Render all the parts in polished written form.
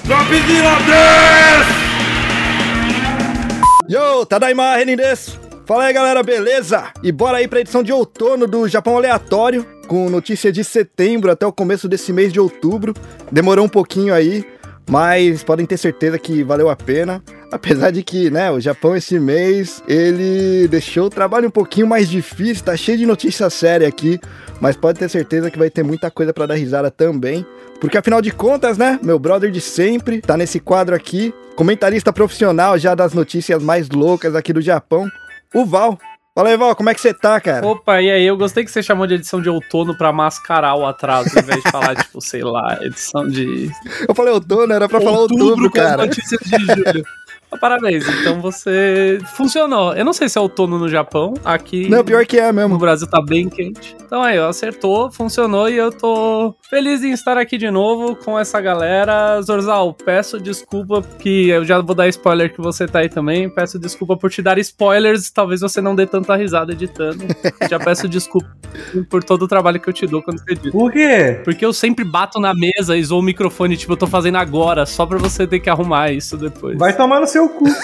Dropzilla desu! Yo, Tadaima Renin desu! Fala aí, galera, beleza? E bora aí pra edição de outono do Japão Aleatório, com notícia de setembro até o começo desse mês de outubro. Demorou um pouquinho aí, mas podem ter certeza que valeu a pena. Apesar de que, né, o Japão esse mês, ele deixou o trabalho um pouquinho mais difícil, tá cheio de notícia séria aqui, mas pode ter certeza que vai ter muita coisa pra dar risada também. Porque afinal de contas, né, meu brother de sempre tá nesse quadro aqui, comentarista profissional já das notícias mais loucas aqui do Japão, o Val. Fala aí, Val, como é que você tá, cara? Opa, e aí? Eu gostei que você chamou de edição de outono pra mascarar o atraso, ao invés de falar, tipo, sei lá, edição de... Eu falei outono, era pra falar outubro, cara. Com as notícias de julho. Parabéns, então você funcionou. Eu não sei se é outono no Japão, aqui... Não, pior que é mesmo. No Brasil tá bem quente. Então aí, ó, acertou, funcionou e eu tô feliz em estar aqui de novo com essa galera. Zorzal, peço desculpa que eu já vou dar spoiler que você tá aí também. Peço desculpa por te dar spoilers, talvez você não dê tanta risada editando. Já peço desculpa por todo o trabalho que eu te dou quando você edita. Por quê? Porque eu sempre bato na mesa e zoo o microfone, tipo, eu tô fazendo agora, só pra você ter que arrumar isso depois. Vai tomar no seu cu.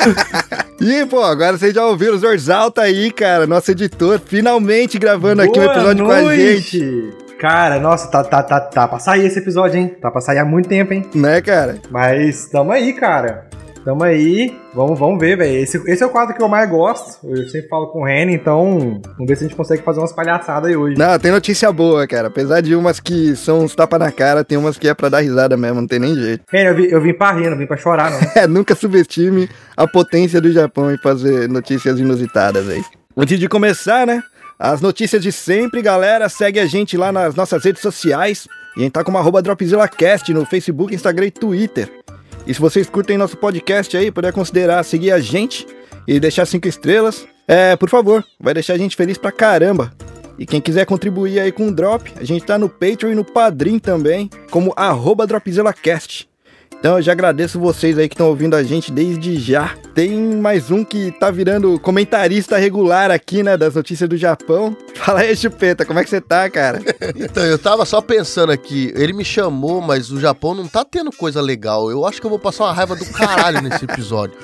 E, pô, agora vocês já ouviram o Zorzal tá aí, cara, nosso editor, finalmente gravando aqui um episódio com a gente. Cara, nossa, tá pra sair esse episódio, hein? Tá pra sair há muito tempo, hein? Né, cara? Mas tamo aí, cara. Tamo aí. Vamos ver, velho. Esse é o quadro que eu mais gosto. Eu sempre falo com o Reni, então vamos ver se a gente consegue fazer umas palhaçadas aí hoje. Não, tem notícia boa, cara. Apesar de umas que são uns tapa na cara, tem umas que é pra dar risada mesmo, não tem nem jeito. Reni, eu vim pra rir, não vim pra chorar, não. Nunca subestime a potência do Japão em fazer notícias inusitadas aí. Antes de começar, né? As notícias de sempre, galera. Segue a gente lá nas nossas redes sociais. E a gente tá como @DropzillaCast no Facebook, Instagram e Twitter. E se vocês curtem nosso podcast aí, puder considerar seguir a gente e deixar 5 estrelas, por favor, vai deixar a gente feliz pra caramba. E quem quiser contribuir aí com o Drop, a gente tá no Patreon e no Padrim também, como @DropzillaCast. Então eu já agradeço vocês aí que estão ouvindo a gente desde já. Tem mais um que tá virando comentarista regular aqui, né, das notícias do Japão. Fala aí, Chupeta, como é que você tá, cara? Então, eu tava só pensando aqui, ele me chamou, mas o Japão não tá tendo coisa legal. Eu acho que eu vou passar uma raiva do caralho nesse episódio.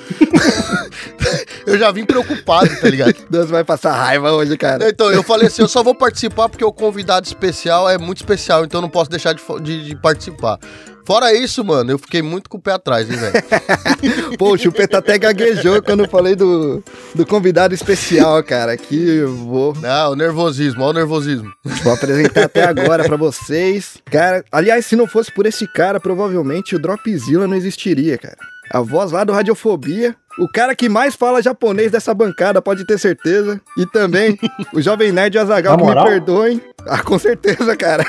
Eu já vim preocupado, tá ligado? Deus vai passar raiva hoje, cara. Então, eu falei assim, eu só vou participar porque o convidado especial é muito especial, então eu não posso deixar de participar. Fora isso, mano, eu fiquei muito com o pé atrás, hein, velho? Pô, o Chupeta até gaguejou quando eu falei do convidado especial, cara. Que eu vou... Não, o nervosismo, olha o nervosismo. Vou apresentar até agora pra vocês. Cara, aliás, se não fosse por esse cara, provavelmente o Dropzilla não existiria, cara. A voz lá do Radiofobia, o cara que mais fala japonês dessa bancada, pode ter certeza. E também o Jovem Nerd Azaghal, que me perdoem. Ah, com certeza, cara.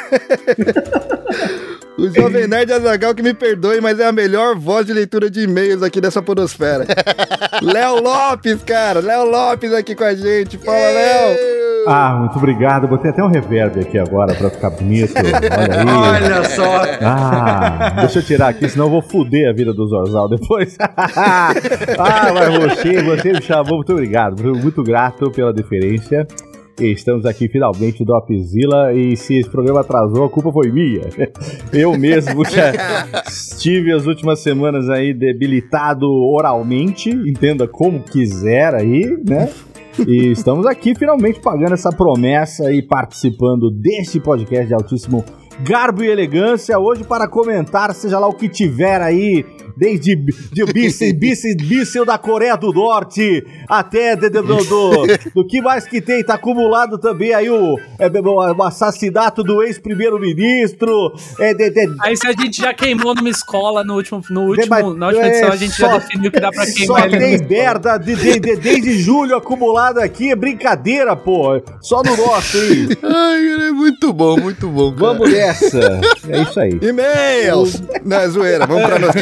O Jovem Nerd Azaghal, que me perdoe, mas é a melhor voz de leitura de e-mails aqui dessa podosfera. Léo Lopes, cara. Léo Lopes aqui com a gente. Fala, Léo. Ah, muito obrigado. Botei até um reverb aqui agora pra ficar bonito. Olha aí. Olha só. Ah, deixa eu tirar aqui, senão eu vou foder a vida do Zorzal depois. Mas você me chamou. Muito obrigado. Muito grato pela deferência. E estamos aqui finalmente no Dropzilla, e se esse programa atrasou, a culpa foi minha. Eu mesmo já estive as últimas semanas aí debilitado oralmente, entenda como quiser aí, né? E estamos aqui finalmente pagando essa promessa e participando deste podcast de altíssimo garbo e elegância, hoje para comentar, seja lá o que tiver aí, desde míssil da Coreia do Norte até do que mais que tem, tá acumulado também aí o assassinato do ex-primeiro-ministro. Aí se a gente já queimou numa escola na última edição, a gente já definiu que dá pra queimar. Só tem merda desde julho acumulado aqui, é brincadeira, pô, só no nosso aí. Ai, muito bom, cara. Vamos nessa, é isso aí. E-mails! Não, é zoeira, vamos pra notícias aí.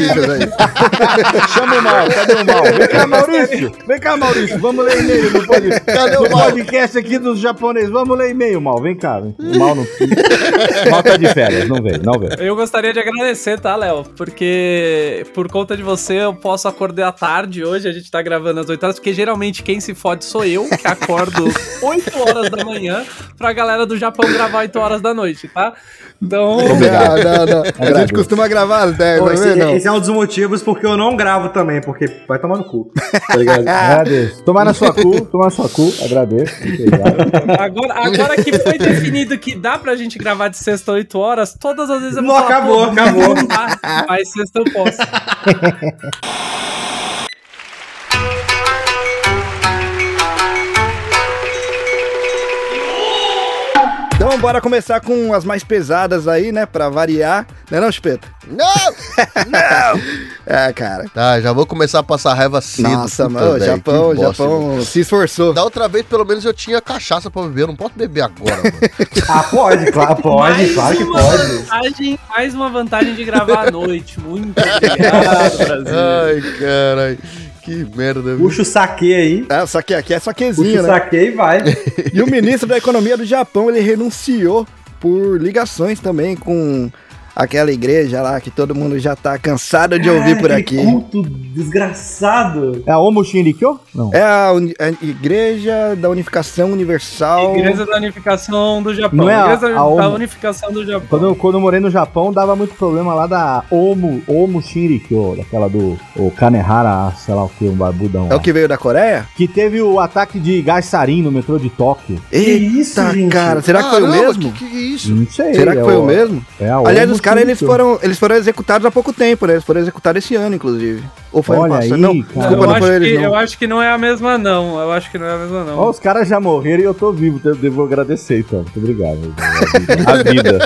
Chama o Mal, cadê o Mal? Vem cá, Maurício, vamos ler e-mail no podcast aqui dos japoneses. Vamos ler e-mail, Mal, vem cá. O Mal não... O Mal tá de férias, não veio. Eu gostaria de agradecer, tá, Léo? Porque por conta de você eu posso acordar à tarde hoje, a gente tá gravando às 8 horas, porque geralmente quem se fode sou eu, que acordo 8 horas da manhã pra galera do Japão gravar 8 horas da noite, tá? Então... Não. A gente costuma gravar às 10, esse é um dos motivos porque eu não gravo também, porque vai tomar no cu, tá ligado? Agradeço. Tomar na sua cu, agradeço. Agora que foi definido que dá pra gente gravar de sexta 8 horas, todas as vezes eu vou falar, acabou. Não dá, mas sexta eu posso. Então bora começar com as mais pesadas aí, né, pra variar. Não, Chupeta? Não! Cara. Tá, já vou começar a passar raiva cedo. Nossa, mano, o Japão se esforçou. Da outra vez, pelo menos, eu tinha cachaça pra beber, eu não posso beber agora, mano. Pode, claro que pode. Mais uma vantagem de gravar à noite. Muito obrigado, Brasil. Ai, caralho. Que merda. Puxa o saque aí. O saque aqui é saquezinho, Puxa o saque e vai. E o ministro da Economia do Japão, ele renunciou por ligações também com aquela igreja lá que todo mundo já tá cansado de ouvir por aqui. Culto desgraçado. É a Omo Shinrikyo? Não. É a Igreja da Unificação Universal. Igreja da Unificação do Japão. Não é Igreja da Omo. Unificação do Japão. Quando eu morei no Japão, dava muito problema lá da Omo Shinrikyo, daquela do Kanehara, sei lá o que, um barbudão. É o que veio da Coreia? Que teve o ataque de gás sarin no metrô de Tóquio. Eita, gente? Cara, será que foi o mesmo? Que isso? Não sei. Será que foi o mesmo? É a Aliás, Omo os caras, eles Shinrikyo. foram executados há pouco tempo, né? Eles foram executados esse ano, inclusive. Ou foi ano Olha passado? aí, Não, cara. desculpa, não foi eles, não. Eu acho que não é a mesma, não. Ó, os caras já morreram e eu tô vivo, eu devo agradecer, então. Muito obrigado. A vida.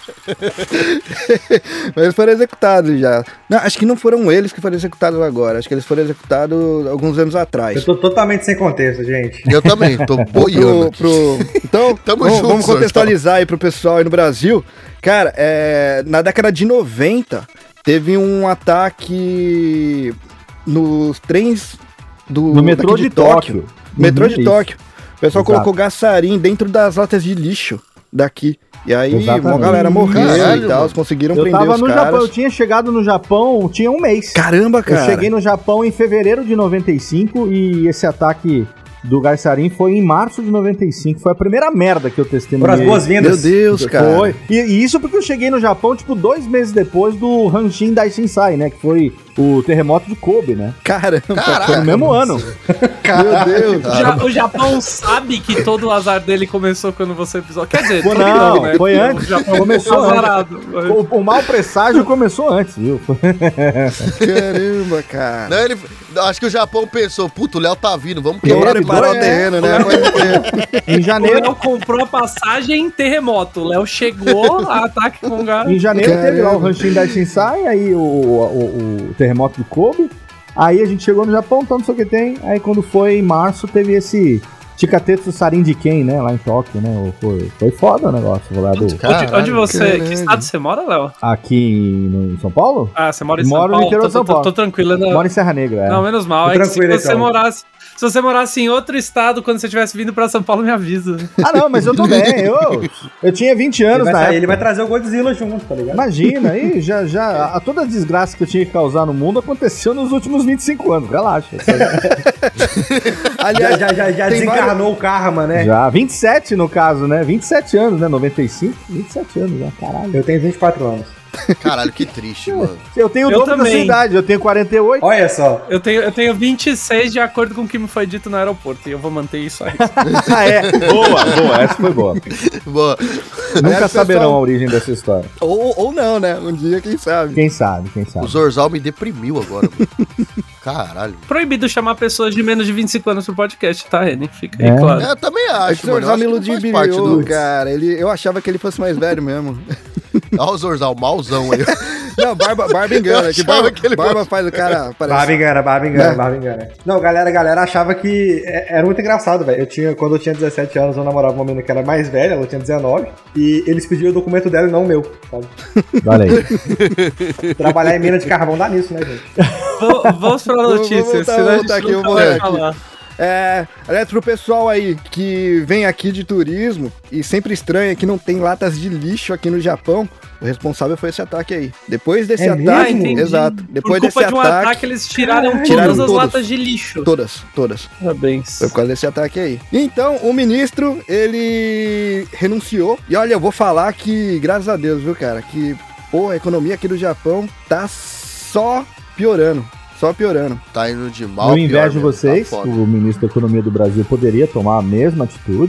Mas eles foram executados já. Não, acho que não foram eles que foram executados agora. Acho que eles foram executados alguns anos atrás. Eu tô totalmente sem contexto, gente. Eu também, tô boiando. Então, vamos contextualizar aí pro pessoal aí no Brasil. Cara, na década de 90, teve um ataque nos trens No metrô de Tóquio. Metrô de Isso. Tóquio. O pessoal Exato. colocou gás sarin dentro das latas de lixo daqui. E aí, Exatamente. uma galera morreu Caralho, e tal, mano. conseguiram Eu prender tava os no caras. Japão, eu tinha chegado no Japão, tinha um mês. Caramba, cara. Eu cheguei no Japão em fevereiro de 95 e esse ataque do gás sarin foi em março de 95. Foi a primeira merda que eu testei no Por as mês. boas-vindas. Meu Deus, cara. Foi. E isso porque eu cheguei no Japão, tipo, 2 meses depois do Hanshin Daishinsai, né? Que foi o terremoto de Kobe, né? Caramba. Foi no mesmo ano. Meu Deus. O Japão sabe que todo o azar dele começou quando você pisou. Quer dizer, Pô, todo não, né? foi Porque antes. O Japão Começou azarado. O mau presságio começou antes, viu? Caramba, cara. Não, acho que o Japão pensou, puto, o Léo tá vindo, vamos Quebrar quebrar e parar o terreno, né? Em O janeiro, Léo comprou a passagem em terremoto. O Léo chegou a ataque com gás. Em janeiro Caramba. teve lá o Hanshin Daishinsai, aí o terremoto de Kobe. Aí a gente chegou no Japão, então não sei o que tem. Aí quando foi em março, teve esse Chikatetsu Sarindiken, né? Lá em Tóquio, né? Foi foda o negócio. Lá do... Onde você... caralho. Que estado você mora, Léo? Aqui em São Paulo? Ah, você mora em São Moro no Paulo? interior de São Paulo. Tô tranquilo. Moro em Serra Negra, é. Não, menos mal. Tô É que se tranquilo, você então. morasse... Se você morasse em outro estado, quando você tivesse vindo pra São Paulo, me avisa. Ah, não, mas eu tô bem. Eu tinha 20 anos na época. Ele vai trazer o Godzilla junto, tá ligado? Imagina, aí toda a desgraça que eu tinha que causar no mundo aconteceu nos últimos 25 anos, relaxa. Aliás, Já tem desencarnou o karma, né? Já, 27 no caso, né? 27 anos, né? 95, 27 anos já, caralho. Eu tenho 24 anos. Caralho, que triste, mano. Eu tenho o Eu dobro da também. sua idade, eu tenho 48. Olha só. Eu tenho 26 de acordo com o que me foi dito no aeroporto. E eu vou manter isso aí. Ah, é. Boa, essa foi boa. Boa. Nunca Aliás, saberão pessoal- a origem dessa história. ou não, né? Um dia, quem sabe. Quem sabe. O Zorzal me deprimiu agora, mano. Caralho. Proibido chamar pessoas de menos de 25 anos pro podcast, tá, Reni? Fica aí, É. claro. Eu também Acho acho, que o mano. Eu Zorzal me acho que não faz parte ludibriou, do... cara. Eu achava que ele fosse mais velho mesmo. Olha o Zorzal, mauzão aí. Não, barba engana. Que barba faz o cara parecer. Barba engana. Não, galera achava que era muito engraçado, velho. Quando eu tinha 17 anos, eu namorava uma menina que era mais velha, ela tinha 19, e eles pediam o documento dela e não o meu, sabe? Olha aí. Trabalhar em mina de carvão dá nisso, né, gente? Vamos pra notícia, senão a gente aqui, não vai falar. Aliás, pro pessoal aí que vem aqui de turismo e sempre estranha que não tem latas de lixo aqui no Japão, o responsável foi esse ataque aí. Depois desse ataque, entendi. Exato. Depois Por culpa desse de um ataque, eles tiraram todas as latas de lixo. Todas. Parabéns. Foi por causa desse ataque aí. Então, o ministro, ele renunciou. E olha, eu vou falar que, graças a Deus, viu, cara, que, pô, a economia aqui do Japão tá só piorando. Tá indo de mal. Eu invejo vocês, o ministro da Economia do Brasil poderia tomar a mesma atitude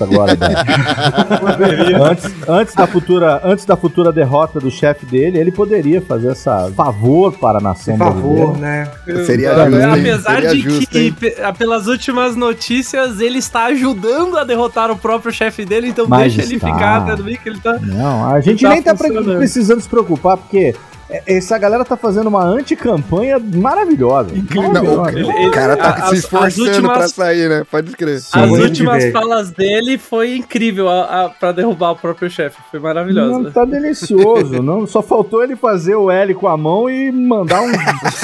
antes da futura derrota do chefe dele, ele poderia fazer essa favor para a nação brasileira. Né? Seria justo, apesar seria de justo, que, pelas últimas notícias, ele está ajudando a derrotar o próprio chefe dele, então Mas deixa ele está. ficar, né, que ele tá... Não, a gente tá nem tá funcionando. precisando se preocupar, porque essa galera tá fazendo uma anti-campanha maravilhosa. O cara tá se esforçando pra sair, né? Pode escrever. As últimas falas dele foi incrível pra derrubar o próprio chefe. Foi maravilhoso. Não, tá delicioso. Não, só faltou ele fazer o L com a mão e mandar um...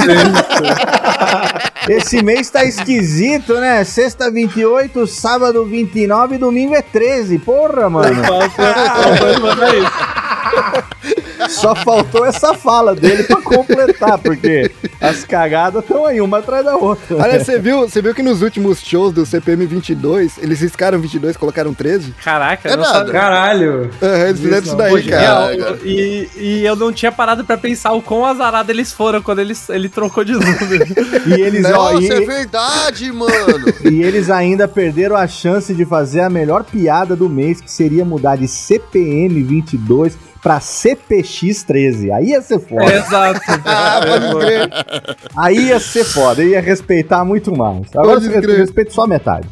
Esse mês tá esquisito, né? Sexta 28, sábado 29 e domingo é 13. Porra, mano. Só faltou essa fala dele pra completar, porque as cagadas estão aí, uma atrás da outra. Olha, você viu que nos últimos shows do CPM 22, eles riscaram 22 e colocaram 13? Caraca, é nada. Caralho. Eles fizeram isso daí, cara. E eu não tinha parado pra pensar o quão azarado eles foram quando ele trocou de número. E eles, Nossa, é verdade, mano. E eles ainda perderam a chance de fazer a melhor piada do mês, que seria mudar de CPM 22 pra CPX 13. Aí ia ser foda. Exato. Pode crer. Aí ia ser foda, ia respeitar muito mais. Agora você respeita só a metade.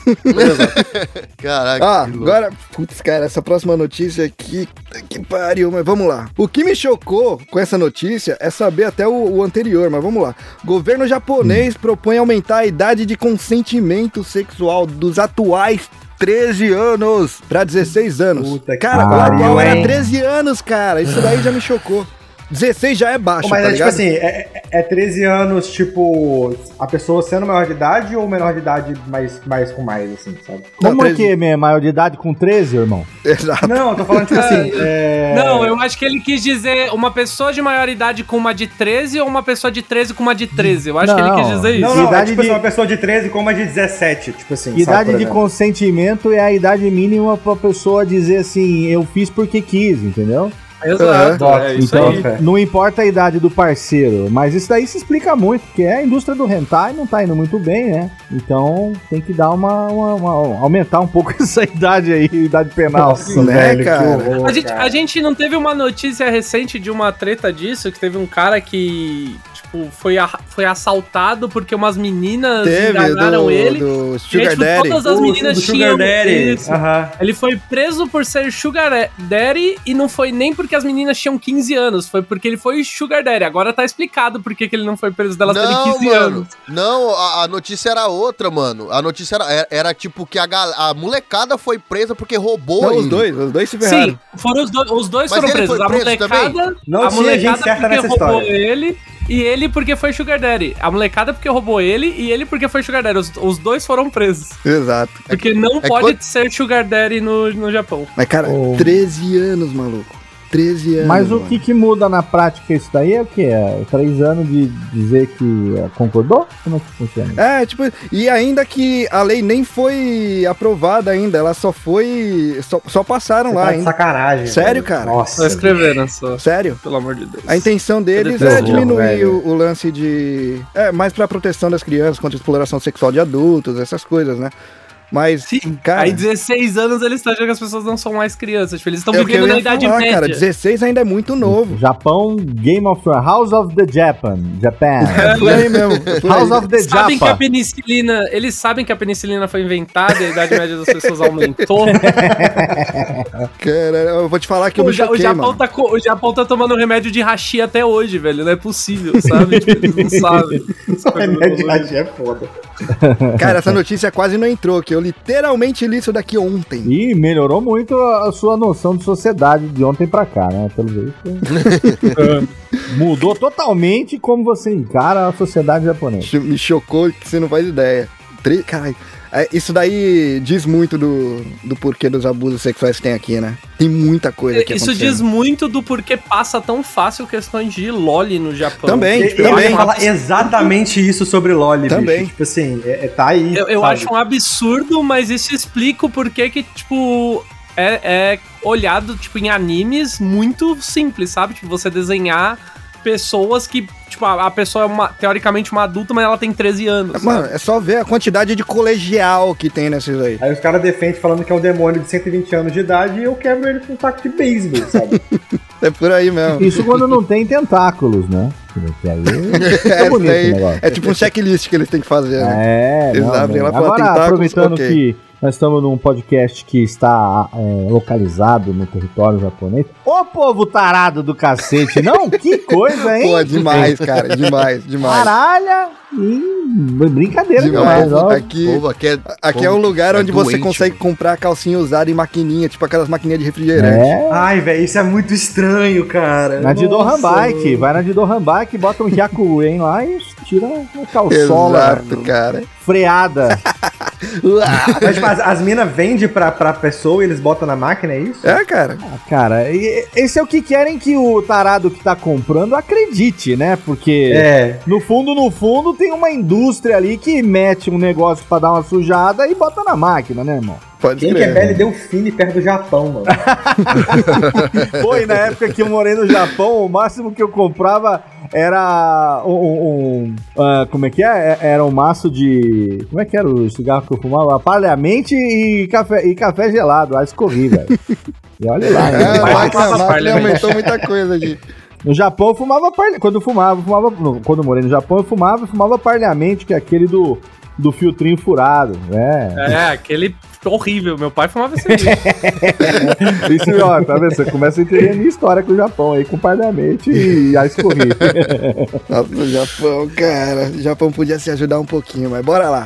Caraca. Agora, putz, cara, essa próxima notícia aqui, que pariu, mas vamos lá. O que me chocou com essa notícia é saber até o anterior, mas vamos lá. Governo japonês propõe aumentar a idade de consentimento sexual dos atuais 13 anos pra 16 anos. Puta cara, o atual era 13 anos, cara. Isso daí já me chocou. 16 já é baixo, mas tá ligado? Tipo assim, é 13 anos, tipo, a pessoa sendo maior de idade ou menor de idade mais com mais, assim, sabe? Como é que é maior de idade com 13, irmão? Exato. Não, eu tô falando, tipo assim... Não, eu acho que ele quis dizer uma pessoa de maior idade com uma de 13 ou uma pessoa de 13 com uma de 13. Eu acho que ele quis dizer isso. Não, idade tipo de... uma pessoa de 13 com uma de 17, tipo assim. Idade sabe, de consentimento é a idade mínima pra pessoa dizer assim, eu fiz porque quis, entendeu? Exato, é isso então, aí. não importa a idade do parceiro, mas isso daí se explica muito, porque a indústria do hentai não tá indo muito bem, né? Então tem que dar aumentar um pouco essa idade aí, idade penal. Nossa, né, velho, cara? que horror, A gente não teve uma notícia recente de uma treta disso, que teve um cara que... foi assaltado porque umas meninas enganaram ele. Do e Sugar aí, Daddy. todas as meninas tinham isso. Aham. Ele foi preso por ser Sugar Daddy e não foi nem porque as meninas tinham 15 anos, foi porque ele foi Sugar Daddy. Agora tá explicado por que ele não foi preso delas terem 15 anos. Não, a notícia era outra, mano. A notícia era tipo que a molecada foi presa porque roubou Não, ele. os dois se ferraram. Sim, os dois Mas foram ele presos. foi A preso molecada, também? Não a tinha gente molecada certa porque nessa roubou história. ele. E ele porque foi Sugar Daddy. A molecada porque roubou ele e ele porque foi Sugar Daddy. Os dois foram presos. Exato. Porque não pode ser Sugar Daddy no Japão. Mas, cara, 13 anos, maluco. 13 anos. Mas o que muda na prática isso daí é o que? É 3 anos de dizer que concordou? Como é que funciona? É, tipo, e ainda que a lei nem foi aprovada ainda, ela só foi... Só passaram Você lá tá de ainda. sacanagem. Sério, velho. cara? Só Nossa. escreveram só. Sério? Pelo amor de Deus. A intenção deles Eu é detesto, diminuir velho. o lance de... mais pra proteção das crianças contra a exploração sexual de adultos, essas coisas, né? Mas, Sim, cara... aí 16 anos eles estão achando que as pessoas não são mais crianças. Tipo, eles estão é o que vivendo eu na ia Idade falar, Média. cara, 16 ainda é muito novo. Japão, Game of Thrones, House of the Japan. É por aí mesmo. é por aí. House of the Sabem que a Japa. penicilina... Eles sabem que a penicilina foi inventada e a Idade Média das pessoas aumentou. Cara, eu vou te falar que eu me choquei, mano. O Japão tá tomando remédio de hashi até hoje, velho. Não é possível, sabe? Tipo, eles não sabem. Remédio de rachi é foda. Cara, essa notícia quase não entrou, que eu literalmente li isso daqui ontem. E melhorou muito a sua noção de sociedade de ontem pra cá, né? Pelo jeito. Mudou totalmente como você encara a sociedade japonesa. Me chocou que você não faz ideia. Caralho. Isso daí diz muito do porquê dos abusos sexuais que tem aqui, né? Tem muita coisa aqui Isso diz muito do porquê passa tão fácil questões de loli no Japão. Também, Eu ia falar exatamente isso sobre LoL, também. bicho. Tipo assim, tá aí. Eu acho um absurdo, mas isso explica o porquê que, tipo, é olhado, tipo, em animes muito simples, sabe? Tipo, você desenhar pessoas que, tipo, a pessoa é teoricamente uma adulta, mas ela tem 13 anos. Mano, é só ver a quantidade de colegial que tem nesses aí. Aí os caras defendem falando que é um demônio de 120 anos de idade e eu quebro ele com um taco de beisebol, sabe? É por aí mesmo. Isso quando não tem tentáculos, né? Porque aí é bonito o negócio. É tipo um checklist que eles têm que fazer, né? Eles abrem lá pra agora, tentáculos, aproveitando ok. que nós estamos num podcast que está localizado no território japonês. Ô povo tarado do cacete, não? Que coisa, hein? Pô, demais, cara, demais. Caralho! Brincadeira Demais. demais, ó. Aqui é um lugar onde você doente, consegue comprar calcinha usada em maquininha, tipo aquelas maquininhas de refrigerante. Ai, velho, isso é muito estranho, cara. Na Didohan Nossa, Bike, vai na Didohan Bike, bota um Hyakuen lá e tira uma calçola Exato, cara. freada. Mas tipo, as minas vendem pra pessoa e eles botam na máquina, é isso? É, cara. Cara, esse é o que querem que o tarado que tá comprando acredite, né? Porque no fundo tem uma indústria ali que mete um negócio pra dar uma sujada e bota na máquina, né, irmão? Pode Quem que crer. é Belly deu fine perto do Japão, mano? Foi, na época que eu morei no Japão, o máximo que eu comprava era como é que é? Era um maço de... Como é que era o cigarro que eu fumava? Parliamente e café gelado. Ah, escorri, velho. E olha lá. A máquina aumentou muita coisa aqui. No Japão eu fumava quando eu morei no Japão eu fumava Parliamente, que é aquele do filtrinho furado, né? Aquele horrível. Meu pai fumava esse Isso, ó, tá vendo? Você começa a entender a minha história com o Japão aí, com Parliamente e a escorri. Nossa, o Japão, cara. O Japão podia se ajudar um pouquinho, mas bora lá.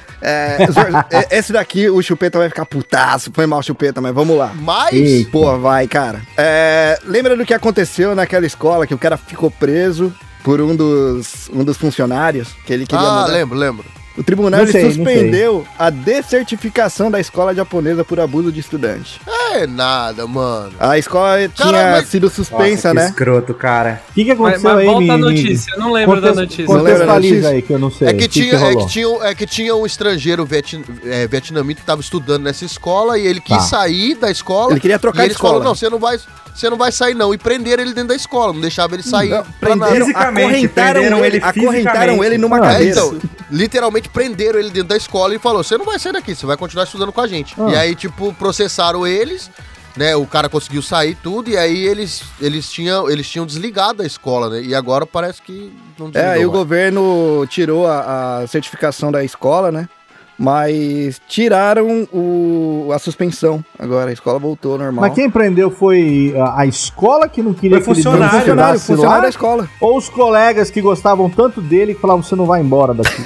Esse daqui, o Chupeta vai ficar putaço. Foi mal, Chupeta, mas vamos lá. Mas... Pô, vai, cara. Lembra do que aconteceu naquela escola que o cara ficou preso por um dos funcionários que ele queria mudar? lembro. O tribunal Não sei, suspendeu a descertificação da escola japonesa por abuso de estudante. É nada, mano. A escola tinha sido suspensa, né? Escroto, cara. O que aconteceu Mas aí, volta a notícia, eu não lembro da notícia. Não lembra da Contextualiza notícia? aí, que eu não sei. É que, rolou? tinha um estrangeiro vietnamita que tava estudando nessa escola e ele quis sair da escola. Ele queria trocar e de eles falaram, escola. não, você não vai sair não. E prenderam ele dentro da escola, não deixavam ele sair. Fisicamente, prenderam ele acorrentaram ele numa Ah, cadeira. Então, literalmente prenderam ele dentro da escola e falou, você não vai sair daqui, você vai continuar estudando com a gente. E aí, tipo, processaram eles, né, o cara conseguiu sair tudo, e aí eles tinham desligado a escola, né, e agora parece que não desligou Aí o mais. governo tirou a certificação da escola, né? Mas tiraram a suspensão. Agora a escola voltou ao normal. Mas quem prendeu foi a escola que não queria Foi que ele funcionário, funcionário da escola. ou os colegas que gostavam tanto dele que falavam, você não vai embora daqui.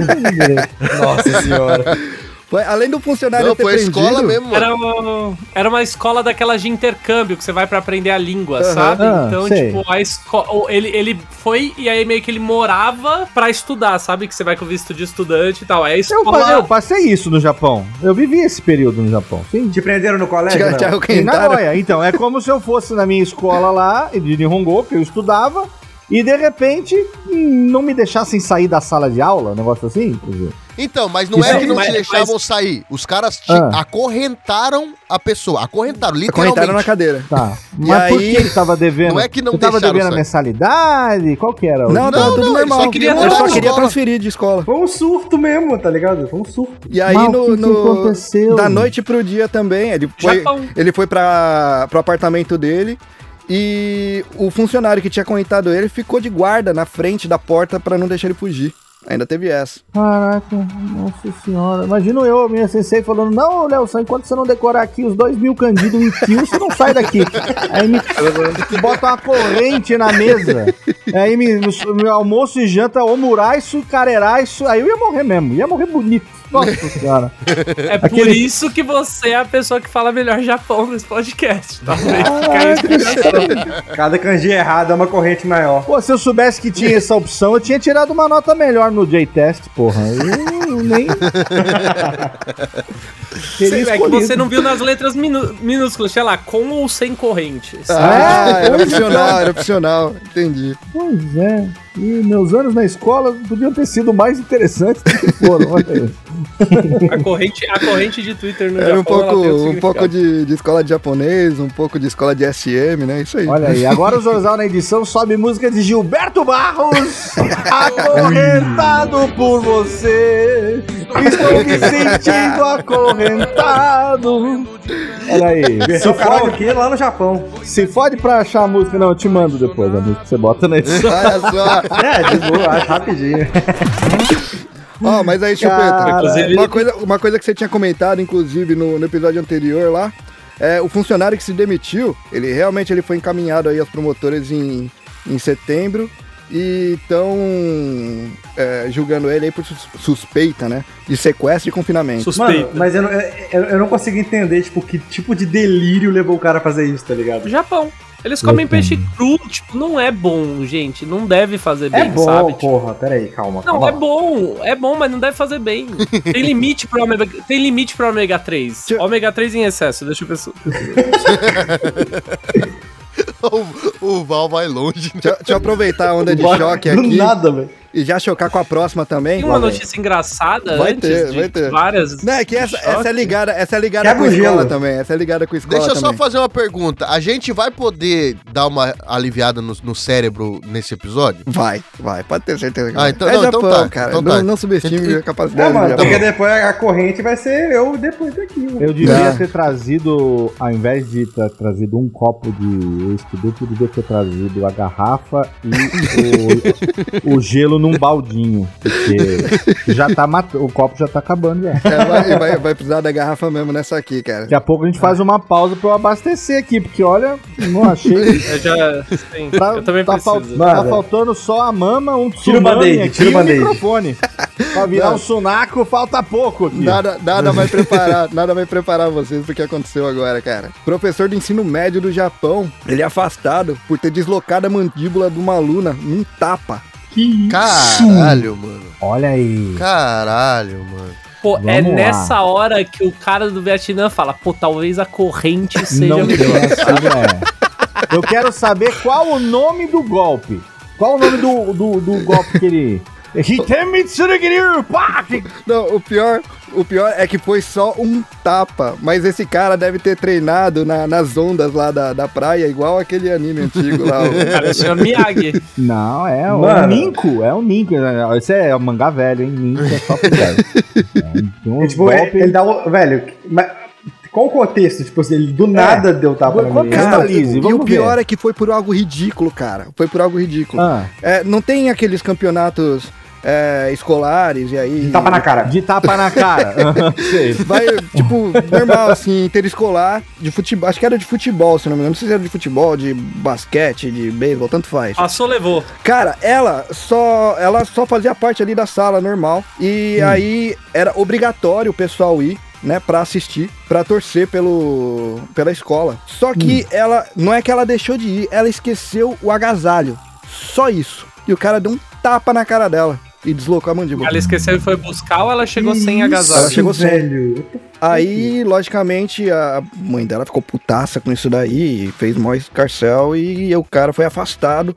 Nossa senhora. Além do funcionário Não, ter foi a prendido, escola mesmo, mano. Era uma escola daquelas de intercâmbio que você vai pra aprender a língua, Aham. sabe? Ah, Então, sei. tipo, a escola. Ele foi e aí meio que ele morava pra estudar, sabe? Que você vai com visto de estudante e tal. Aí a escola. Eu passei isso no Japão. Eu vivi esse período no Japão. Sim. Te prenderam no colégio? te não? Em acorrentaram. Nagoya. Então, é como se eu fosse na minha escola lá, de Nihongo, que eu estudava, e de repente não me deixassem sair da sala de aula, um negócio assim. Quer dizer, Então, mas não é que não te deixavam sair. Os caras acorrentaram a pessoa. Acorrentaram, literalmente. Acorrentaram na cadeira. Tá. Mas por que ele tava devendo? Não é que não Você tava deixaram devendo a sair. mensalidade? Qual que era? Não, tava tudo normal. ele só queria Ele mudar só de queria escola. transferir de escola. Foi um surto mesmo, tá ligado? Foi um surto. E aí, Mas o que aconteceu? da noite pro dia também, ele foi pro apartamento dele e o funcionário que tinha acorrentado ele ficou de guarda na frente da porta pra não deixar ele fugir. Ainda teve essa. Caraca, nossa senhora. Imagino eu, minha sensei, falando: não, Léo, enquanto você não decorar aqui os 2.000 candidos em fio, você não sai daqui. Aí me bota uma corrente na mesa. Aí meu almoço e janta, omuraiço, careraiço. Aí eu ia morrer mesmo, ia morrer bonito. Nossa senhora. É por isso que você é a pessoa que fala melhor Japão nesse podcast. Talvez fique aí a explicação. Cada kanji errado é uma corrente maior. Pô, se eu soubesse que tinha essa opção, eu tinha tirado uma nota melhor no J-Test, porra. Eu nem... É que você não viu nas letras minúsculas, sei lá, com ou sem corrente. Era opcional, entendi. Pois é. E meus anos na escola podiam ter sido mais interessantes do que foram. Olha aí. A corrente de Twitter no Era Japão, um pouco de escola de japonês, um pouco de escola de SM, né? Isso aí. Olha aí, agora o Zorzal na edição sobe música de Gilberto Barros. Acorrentado por você, estou me sentindo acorrentado. Olha aí. Versão karaokê lá no Japão. Se fode pra achar a música, não, eu te mando depois a música que você bota na edição. Olha só. De boa, acho rapidinho. Ó, mas aí, Chupeta, uma coisa que você tinha comentado, inclusive, no episódio anterior lá, o funcionário que se demitiu, ele realmente foi encaminhado aí aos promotores em setembro e estão julgando ele aí por suspeita, né, de sequestro e confinamento. Suspeita. Mano, mas eu não consigo entender, tipo, que tipo de delírio levou o cara a fazer isso, tá ligado? Japão. Eles comem peixe cru, tipo, não é bom, gente. Não deve fazer bem, é bom, sabe? porra, peraí, calma. Não, calma. é bom, mas não deve fazer bem. Tem limite pro ômega 3. Ômega 3 em excesso, deixa eu pensar. O Val vai longe. Deixa eu aproveitar a onda de choque Do aqui nada, velho. e já chocar com a próxima também. Tem uma notícia engraçada Vai antes ter, de vai ter. várias... Não, é que essa é ligada Quebra com a o escola gelo. também. Essa é ligada com a escola Deixa eu também. só fazer uma pergunta. A gente vai poder dar uma aliviada no cérebro nesse episódio? Vai, pode ter certeza. Então, é não, Japão, então tá, cara. então tá. Não subestime a capacidade Não, do mano, Japão. porque depois a corrente vai ser eu depois daqui, mano. Eu devia ter trazido, ao invés de ter trazido um copo de uísque duplo, eu devia ter trazido a garrafa e o gelo num baldinho. Porque já tá o copo já tá acabando já. Vai precisar da garrafa mesmo nessa aqui, cara. Daqui a pouco a gente faz uma pausa pra eu abastecer aqui, porque olha, não achei. Eu também preciso. Tá faltando só a mama, um Tira o tsunami band-aid, aqui tira o e um band-aid. microfone. Pra virar um sunaco, falta pouco aqui. Nada vai preparar vocês pro que aconteceu agora, cara. Professor do ensino médio do Japão, ele é afastado por ter deslocado a mandíbula de uma aluna num tapa. Caralho, mano. Olha aí. Caralho, mano. Pô, Vamos é lá. nessa hora que o cara do Vietnã fala, pô, talvez a corrente seja Não melhor. Eu quero saber qual o nome do golpe. Qual o nome do golpe que ele... Não, o pior é que foi só um tapa, mas esse cara deve ter treinado nas ondas lá da praia, igual aquele anime antigo lá. Cara, o senhor Miyagi. Não, é Mano. um ninco. É um ninco. Esse é mangá velho, hein? Ninco é só pro velho. Tem uns Tipo, golpes... ele dá o... Velho, mas qual o contexto? Tipo, assim, ele do nada deu tapa na menina. Contextualize, E o vamos pior ver. é que foi por algo ridículo, cara. Foi por algo ridículo. Ah. Não tem aqueles campeonatos escolares e aí... Tapa na cara. De tapa na cara. Sei. Vai, tipo, normal, assim, interescolar, de futebol, acho que era de futebol, se não me engano, não sei se era de futebol, de basquete, de beisebol, tanto faz. Passou, levou. Ela só fazia parte ali da sala, normal, e aí era obrigatório o pessoal ir, né, pra assistir, pra torcer pela escola. Só que ela, não é que ela deixou de ir, ela esqueceu o agasalho, só isso. E o cara deu um tapa na cara dela e deslocou a mandíbula. Ela esqueceu e foi buscar ou ela chegou sem agasalho? Ela chegou sem. Velho. Aí, logicamente, a mãe dela ficou putaça com isso daí, fez mó escarcel e o cara foi afastado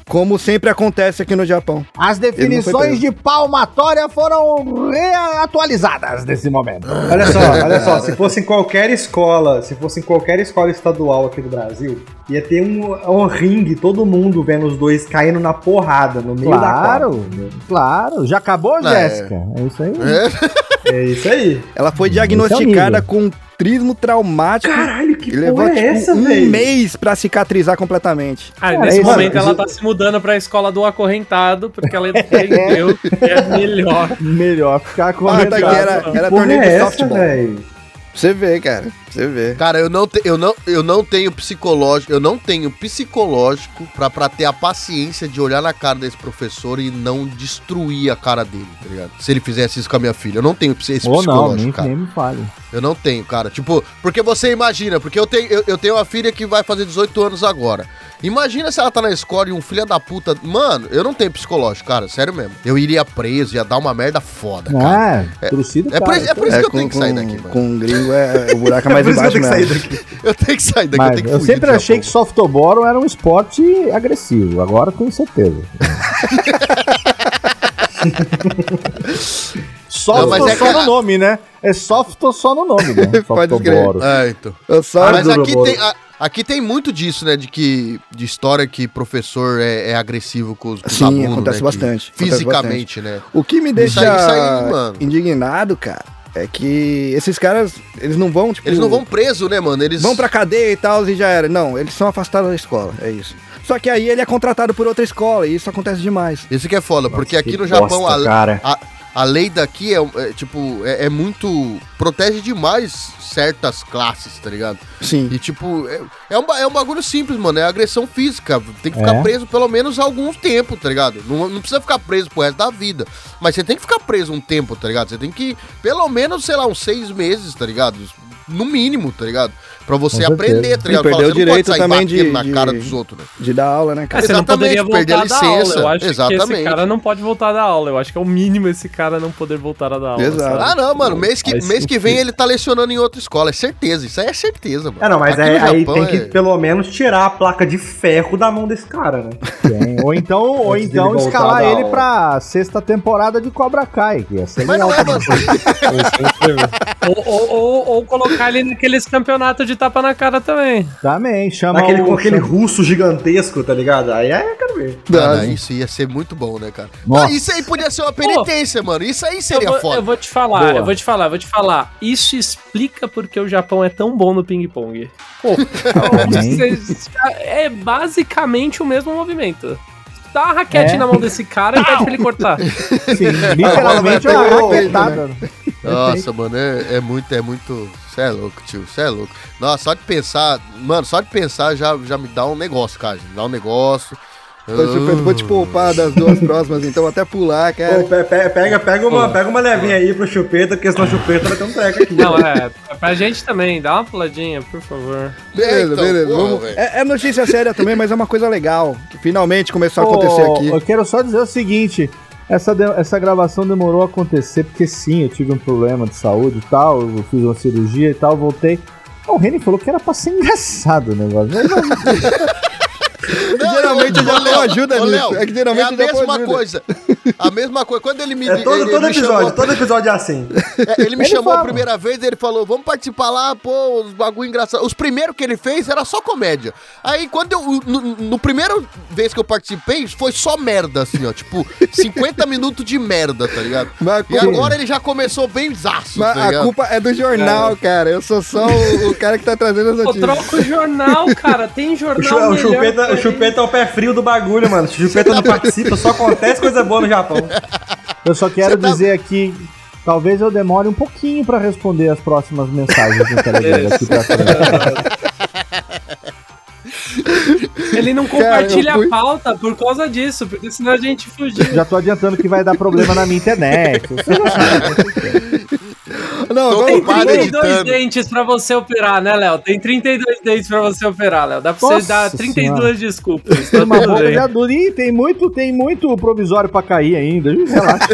como sempre acontece aqui no Japão. As definições de palmatória foram reatualizadas nesse momento. Olha só, se fosse em qualquer escola estadual aqui do Brasil, ia ter um ringue, todo mundo vendo os dois caindo na porrada no meio da quadra. Claro. Já acabou, Jéssica? É isso aí. É isso aí. Ela foi diagnosticada com trismo traumático. Caralho, que e levou, porra é essa, um velho? mês pra cicatrizar completamente. Nesse momento ela tá se mudando pra escola do acorrentado, porque ela entendeu que é melhor. Melhor ficar com a Tá aqui, era torneio de softball. velho? Você vê, cara. Você vê. Cara, eu não tenho psicológico pra ter a paciência de olhar na cara desse professor e não destruir a cara dele, tá ligado? Se ele fizesse isso com a minha filha. Eu não tenho esse psicológico, cara. Nem me fale. Eu não tenho, cara. Tipo, porque você imagina, porque eu tenho uma filha que vai fazer 18 anos agora. Imagina se ela tá na escola e um filho da puta... Mano, eu não tenho psicológico, cara. Sério mesmo. Eu iria preso, ia dar uma merda foda, cara. Trucido, é por isso que eu tenho que sair daqui, mano. Com um gringo, o buraco é mais embaixo mesmo. Eu tenho que sair daqui, Mas eu tenho que eu fugir sempre do achei Japão. que softball era um esporte agressivo. Agora tenho certeza. Soft mas é só que no nome, né? É soft só no nome, né? Pode crer. Então. Mas Aqui tem muito disso, né? De história que professor é agressivo com os sim, alunos, acontece né, bastante. Fisicamente, né? O que me deixa Isso aí, mano. indignado, cara, é que esses caras, eles não vão, tipo... Eles não vão preso, né, mano? Eles vão pra cadeia e tal, e já era. Não, eles são afastados da escola, é isso. Só que aí ele é contratado por outra escola, e isso acontece demais. Isso que é foda, porque aqui que no Japão bosta, a lei daqui é muito... Protege demais certas classes, tá ligado? Sim. E tipo, é um bagulho simples, mano. É agressão física. Tem que ficar preso pelo menos algum tempo, tá ligado? Não precisa ficar preso pro resto da vida. Mas você tem que ficar preso um tempo, tá ligado? Você tem que, pelo menos, sei lá, uns 6 meses, tá ligado? No mínimo, tá ligado? Pra você aprender, tá ligado? Perdeu o direito também na cara dos outros, né? de dar aula, né, cara? Você não poderia Exatamente, perder voltar a a dar aula. licença. Eu acho que Exatamente. esse cara não pode voltar a dar aula. Eu acho que é o mínimo esse cara não poder voltar a dar aula. Exato. sabe? Ah, não, mano. Mês que sentido. vem ele tá lecionando em outra escola. É certeza. Isso aí é certeza, mano. Não, mas Aqui no aí Japão tem que pelo menos tirar a placa de ferro da mão desse cara, né? Ou então Antes dele voltar escalar da ele aula. pra 6ª temporada de Cobra Kai, que ia ser Mas legal. não é, mano. Ou colocar ele naqueles campeonatos de tapa na cara também. Também, chama Com aquele russo gigantesco, tá ligado? Aí eu quero ver. Isso ia ser muito bom, né, cara? Nossa. Ah, isso aí podia ser uma penitência, mano. Isso aí seria foda. Eu vou te falar, Boa. eu vou te falar. Isso explica porque o Japão é tão bom no ping-pong. Pô, é basicamente o mesmo movimento. Dá uma raquete na mão desse cara e pede pra ele cortar. Sim, literalmente uma raquetada. Nossa, mano, é muito. Cê é louco, tio. Cê é louco. Nossa, só de pensar. Mano, só de pensar já me dá um negócio, cara. Me dá um negócio. Vou te poupar das duas próximas, então até pular, cara. Pô, pega uma levinha aí pro Chupeta, porque senão o Chupeta vai ter um treco aqui. Não, pra gente também, dá uma puladinha, por favor. Beleza, então, beleza. porra, Vamos... velho. É notícia séria também, mas é uma coisa legal, que finalmente começou a acontecer aqui. Eu quero só dizer o seguinte, essa gravação demorou a acontecer porque sim, eu tive um problema de saúde e tal, eu fiz uma cirurgia e tal, voltei. O Reni falou que era pra ser engraçado o negócio. Geralmente eu já dou ajuda nisso. Léo, É que geralmente é a eu já dou mesma ajuda. coisa. A mesma coisa. Quando ele me Todo episódio é assim. Ele me Ele chamou fala. a primeira vez e ele falou, vamos participar lá, pô, os bagulho engraçado. Os primeiros que ele fez era só comédia. Aí quando no primeiro vez que eu participei, foi só merda, assim, ó. Tipo, 50 minutos de merda, tá ligado? Mas E agora ele já começou bem zaço, Mas tá a ligado? culpa é do jornal, cara. Eu sou só o cara que tá trazendo as Pô, notícias. troca o jornal, cara. Tem jornal O melhor. Chupeta é o pé frio do bagulho, mano. Se o Chupeta não participa, só acontece coisa boa no Japão. Eu só quero dizer aqui, talvez eu demore um pouquinho pra responder as próximas mensagens do Telegram aqui pra frente. Ele não Cara, compartilha eu fui- a pauta por causa disso, porque senão a gente fugiu. Já tô adiantando que vai dar problema na minha internet. Não, Tô Tem ocupado 32 editando. dentes pra você operar, né, Léo? Tem 32 dentes pra você operar, Léo. Dá pra você Nossa dar 32 senhora. desculpas. Tá Uma tudo boca bem. de adulto. Ih, tem muito provisório pra cair ainda. Relaxa.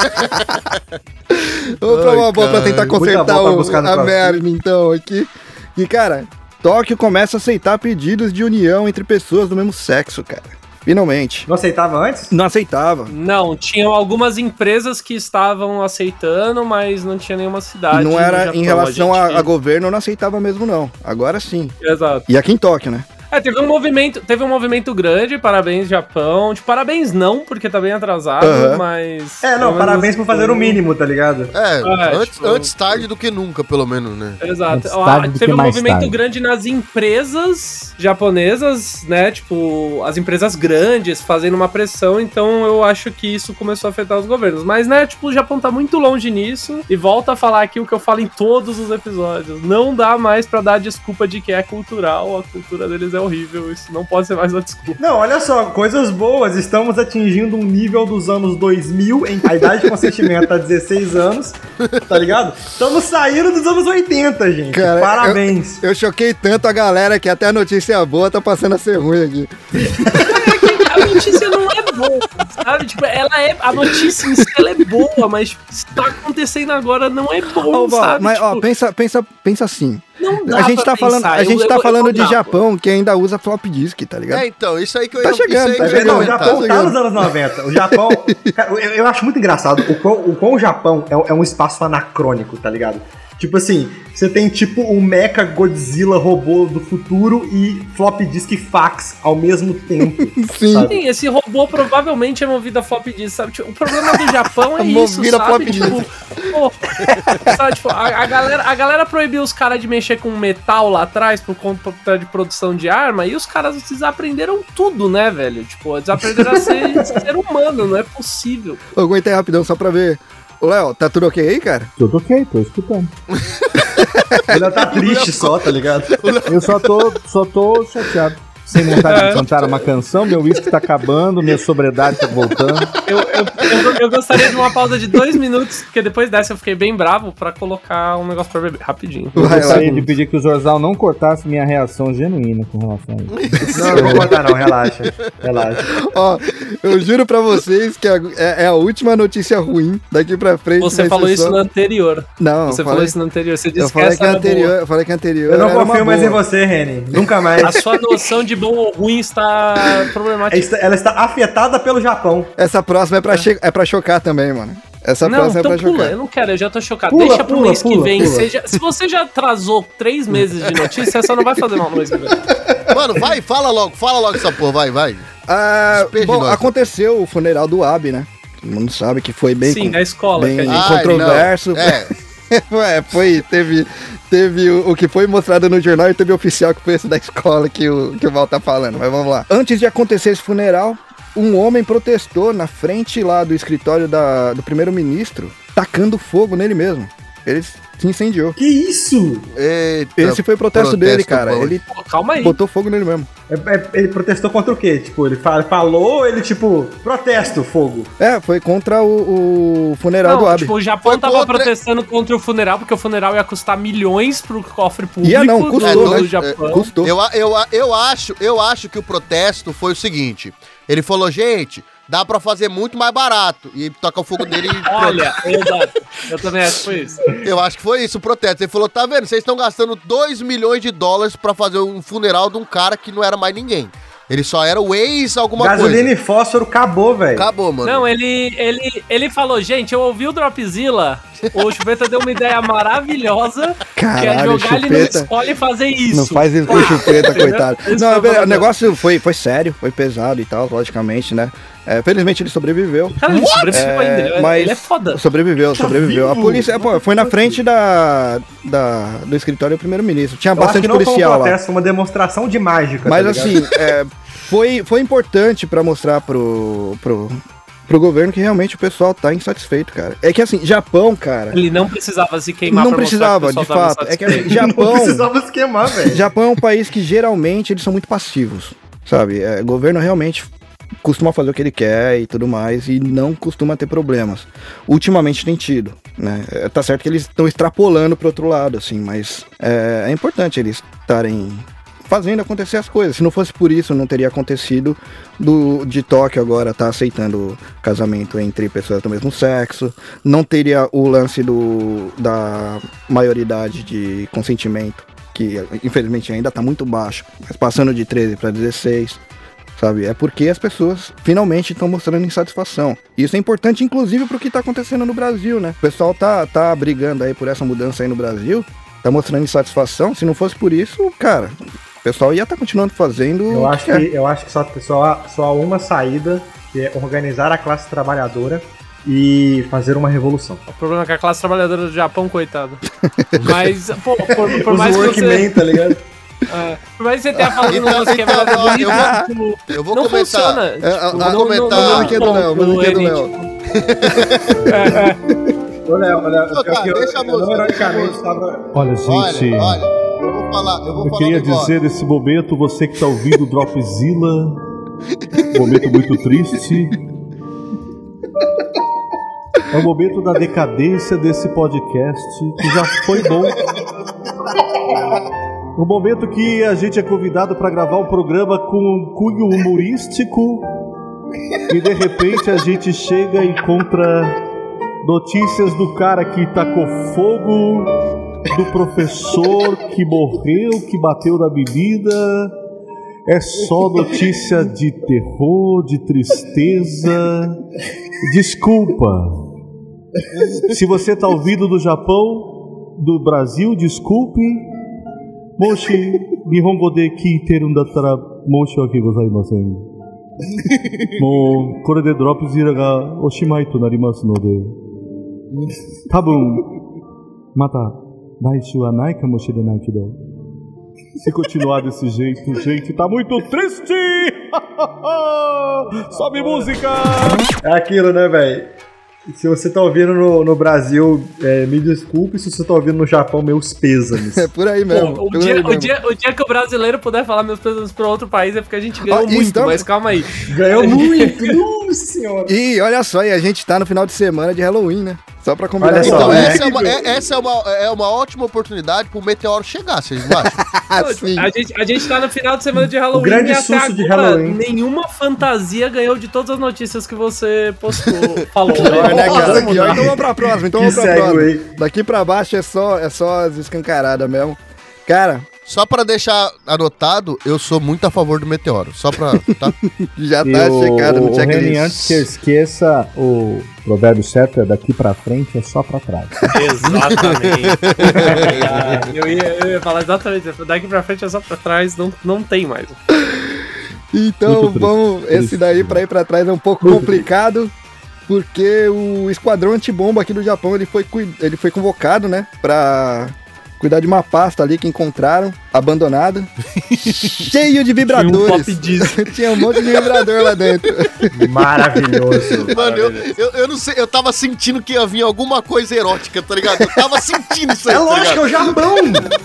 Vamos pra uma boa pra tentar Muita consertar boa pra buscar no a próximo. merda, então, aqui. E, cara, Tóquio começa a aceitar pedidos de união entre pessoas do mesmo sexo, cara. Finalmente. Não aceitava antes? Não aceitava. Não, tinham algumas empresas que estavam aceitando, mas não tinha nenhuma cidade. Não no era Japão, em relação a gente- a governo, não aceitava mesmo, não. Agora sim. Exato. E aqui em Tóquio, né? Teve um movimento grande, parabéns, Japão. Tipo, parabéns não, porque tá bem atrasado, Aham. mas... É, não, pelo menos parabéns por fazer o mínimo, tá ligado? Antes tarde do que nunca, pelo menos, né? Exato. Antes tarde do Teve que um mais movimento tarde. grande nas empresas japonesas, né? Tipo, as empresas grandes fazendo uma pressão, então eu acho que isso começou a afetar os governos. Mas, né, tipo, o Japão tá muito longe nisso e volta a falar aqui o que eu falo em todos os episódios. Não dá mais pra dar desculpa de que é cultural, a cultura deles é horrível, isso não pode ser mais uma desculpa. Não, olha só, coisas boas. Estamos atingindo um nível dos anos 2000, em a idade de consentimento tá 16 anos, tá ligado? Estamos saindo dos anos 80, gente. Cara, Parabéns. Eu choquei tanto a galera que até a notícia boa tá passando a ser ruim aqui. A notícia não é boa, sabe? Tipo, a notícia em si ela é boa, mas tipo, se tá acontecendo agora não é bom, Ó, Val, sabe? mas, ó, Tipo, pensa assim. não dá A gente pra tá falando, pensar. a gente tá falando de não dá, Japão que ainda usa flop disk, tá ligado? Então, isso aí que eu Tá chegando, isso tá aí que eu ia chegando. Não, o comentar. Japão tá chegando. nos anos 90. O Japão. Cara, eu acho muito engraçado o quão o Japão é um espaço anacrônico, tá ligado? Tipo assim, você tem tipo um Mecha Godzilla robô do futuro e flop disk fax ao mesmo tempo. Sim. sabe? Sim, esse robô provavelmente é movido a flop disk, sabe? Tipo, o problema do Japão é isso, Movido a flop sabe? Tipo, pô, sabe, tipo, a galera proibiu os caras de mexer com metal lá atrás por conta de produção de arma e os caras desaprenderam tudo, né, velho? Tipo, desaprenderam a ser humano, não é possível. Eu aguentei rapidão só pra ver. Ô, Léo, tá tudo ok aí, cara? Tudo ok, tô escutando. Ele tá triste só, tá ligado? Eu só tô chateado. Sem vontade de cantar uma canção, meu uísque tá acabando, minha sobriedade tá voltando. Eu gostaria de uma pausa de 2 minutos, porque depois dessa eu fiquei bem bravo pra colocar um negócio pra beber, rapidinho. Eu Vai lá. gostaria de pedir que o Zorzal não cortasse minha reação genuína com relação a isso. Não, eu não vou contar não, relaxa. Relaxa. Ó, eu juro pra vocês que é a última notícia ruim daqui pra frente. Você vai falou ser isso só- no anterior. Não, Você eu falou falei- isso no anterior. Você Eu disse que falei essa que é era anterior, boa. eu falei que anterior. Eu não era uma confio mais em boa. você, Reni. Nunca mais. A sua noção de bom ou ruim está problemática. Ela está afetada pelo Japão. Essa próxima é pra chocar também, mano. Essa Não, próxima então é pra pula, chocar. eu não quero, eu já tô chocado. Pula, Deixa pro pula, mês que pula, vem. pula. Se você já atrasou 3 meses de notícia, só não vai fazer mal no mês que vem. Mano, vai, fala logo essa porra, vai. Ah, Despede bom, nós. aconteceu o funeral do Abe, né? Todo mundo sabe que foi bem, Sim, na escola. bem que a gente- controverso. não. É, Teve o que foi mostrado no jornal e teve o oficial que foi esse da escola que o Val tá falando. Mas vamos lá. Antes de acontecer esse funeral, um homem protestou na frente lá do escritório do primeiro-ministro, tacando fogo nele mesmo. Ele se incendiou. Que isso? eita, Esse foi o protesto dele, cara. bom. Ele Pô, calma aí. botou fogo nele mesmo. Ele protestou contra o quê? Tipo, ele falou, ele tipo, protesto, fogo. É, foi contra o funeral do Não, Abe. tipo, o Japão Foi tava contra- protestando contra o funeral, porque o funeral ia custar milhões pro cofre público Ia não, custou, do né? Japão. Custou. Eu acho que o protesto foi o seguinte. Ele falou, gente, dá pra fazer muito mais barato. E toca o fogo dele e Olha, exato. Eu também acho que foi isso. eu acho que foi isso o protesto. Ele falou, tá vendo, vocês estão gastando $2 milhões pra fazer um funeral de um cara que não era mais ninguém. Ele só era o ex alguma Gasolina coisa. e fósforo acabou, velho. Acabou, mano. Não, ele falou, gente, eu ouvi o Dropzilla, o Chupeta deu uma ideia maravilhosa, que é Caralho, jogar ele no Chupeta. escola e fazer isso. Não faz isso com o Chupeta, coitado. Esse Não, foi o o negócio foi sério, foi pesado e tal, logicamente, né? Felizmente ele sobreviveu. Cara, ele sobreviveu ainda, mas ele é foda. Sobreviveu. A vivo. polícia, foi na frente do escritório do primeiro-ministro. Tinha Eu acho que bastante não foi um policial lá. protesto, foi uma demonstração de mágica. Mas tá ligado? assim, foi importante pra mostrar pro governo que realmente o pessoal tá insatisfeito, cara. É que assim, Japão, cara, Ele não precisava se queimar não pra precisava, mostrar de que o pessoal fato. tava É que assim, insatisfeito. Não Japão, precisava se queimar, velho. Japão é um país que geralmente eles são muito passivos, sabe? O governo realmente costuma fazer o que ele quer e tudo mais e não costuma ter problemas. Ultimamente tem tido, né? Tá certo que eles estão extrapolando pro outro lado, assim, mas é importante eles estarem fazendo acontecer as coisas. Se não fosse por isso, não teria acontecido de Tóquio agora tá aceitando casamento entre pessoas do mesmo sexo, não teria o lance da maioridade de consentimento, que infelizmente ainda tá muito baixo, mas passando de 13 para 16. sabe? É porque as pessoas finalmente estão mostrando insatisfação. Isso é importante, inclusive, pro que tá acontecendo no Brasil, né? O pessoal tá brigando aí por essa mudança aí no Brasil, tá mostrando insatisfação. Se não fosse por isso, cara, o pessoal ia estar continuando fazendo. Eu acho que só há uma saída, que é organizar a classe trabalhadora e fazer uma revolução. O problema é que a classe trabalhadora do Japão, coitado. Mas, pô, por Os mais que workmen, tá ligado? Por mais que você tenha falado um lance que é verdade bonito, eu vou não comentar. funciona. Vou comentar. O musiquinha do Léo. Ô, Léo, Cara, deixa a música. ironicamente tava... Olha, gente. Olha, eu vou falar. Eu queria dizer nesse momento, você que tá ouvindo o Dropzilla, um momento muito triste. É o momento da decadência desse podcast, que já foi bom. No momento que a gente é convidado para gravar um programa com um cunho humorístico e de repente a gente chega e encontra notícias do cara que tacou fogo, do professor que morreu, que bateu na menina. É só notícia de terror, de tristeza. Desculpa. Se você tá ouvindo do Japão, do Brasil, desculpe. Moshi, Nihongo de kiiteru dattara moushwake gozaimasen. Mou, kore de Dropzilla ga oshimai to narimasu node. Tabun, mata, laishu wa nai kamoshirenai kedo. Se continuar desse jeito, gente, tá muito triste! Sobe música! É aquilo, né, velho? Se você tá ouvindo no Brasil, me desculpe. Se você tá ouvindo no Japão, meus pêsames. É por aí mesmo. Pô, o dia que o brasileiro puder falar meus pêsames pra outro país é porque a gente ganhou muito, então... mas calma aí. Ganhou muito! Nossa senhora! E olha só, e a gente tá no final de semana de Halloween, né? Só pra combinar. Olha só, Então, né? essa é uma ótima oportunidade pro meteoro chegar, vocês não acham? Sim. A gente tá no final de semana de Halloween. O grande e até susto de agora, Halloween. nenhuma fantasia ganhou de todas as notícias que você postou, falou. Pior, né, cara? Vamos Pior. lá. Então vamos pra próxima. Que segue aí. Daqui pra baixo é só as escancaradas mesmo. Cara, Só pra deixar anotado, eu sou muito a favor do meteoro. Só pra. Tá? já E tá checado no o Reni, checklist. antes que eu esqueça, o provérbio certo é daqui pra frente, é só pra trás. Exatamente. eu ia falar exatamente isso. Daqui pra frente é só pra trás, não tem mais. Então Muito triste. vamos. Esse daí pra ir pra trás é um pouco complicado. Porque o Esquadrão Antibomba aqui do Japão, ele foi convocado, né? Pra cuidar de uma pasta ali que encontraram, abandonada. Cheio de vibradores. Tinha um monte de vibrador lá dentro. Maravilhoso. Mano, eu não sei, eu tava sentindo que ia vir alguma coisa erótica, tá ligado? Eu tava sentindo isso aí. É tá lógico, é ligado? o Japão!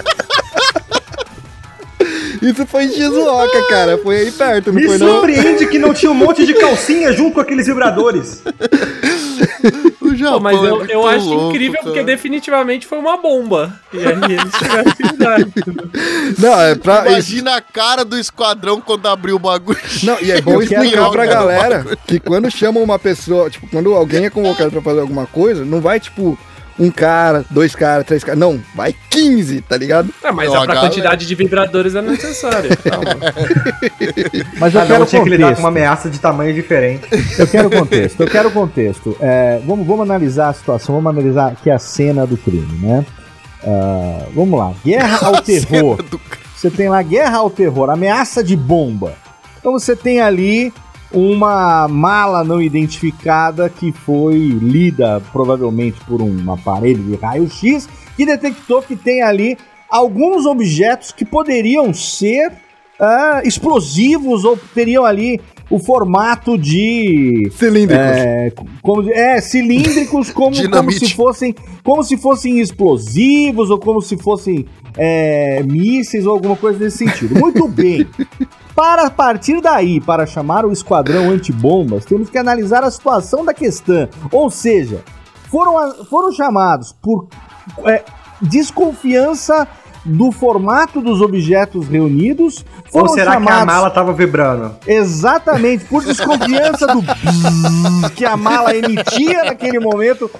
Isso foi em Shizuoka, cara. Foi aí perto, não Me foi não? surpreende que não tinha um monte de calcinha junto com aqueles vibradores. O Japão Pô, mas é eu muito acho louco, incrível cara. porque definitivamente foi uma bomba. E aí eles tiveram que mudar. Não, é pra. Imagina a cara do esquadrão quando abriu o bagulho. Não, e é bom Eu quero explicar pra jogar no galera que quando chamam uma pessoa, tipo, quando alguém é convocado pra fazer alguma coisa, não vai, tipo, um cara, 2 caras, 3 caras. Não, vai 15, tá ligado? Mas Não, a pra galera- quantidade de vibradores é necessário. Calma. Mas eu Cada um quero tinha que lidar com contexto. uma ameaça de tamanho diferente. Eu quero contexto. Vamos analisar a situação, vamos analisar aqui a cena do crime, né? Vamos lá. Guerra ao terror. Você tem lá guerra ao terror, ameaça de bomba. Então você tem ali uma mala não identificada que foi lida provavelmente por um aparelho de raio-x que detectou que tem ali alguns objetos que poderiam ser explosivos ou teriam ali o formato de Cilíndricos. cilíndricos como Dinamite. se fossem explosivos ou como se fossem mísseis ou alguma coisa nesse sentido. Muito bem. Para partir daí, para chamar o esquadrão antibombas, temos que analisar a situação da questão. Ou seja, foram chamados por desconfiança do formato dos objetos reunidos. Ou Foram será que a chamados mala tava vibrando? exatamente por desconfiança do bzzz que a mala emitia naquele momento.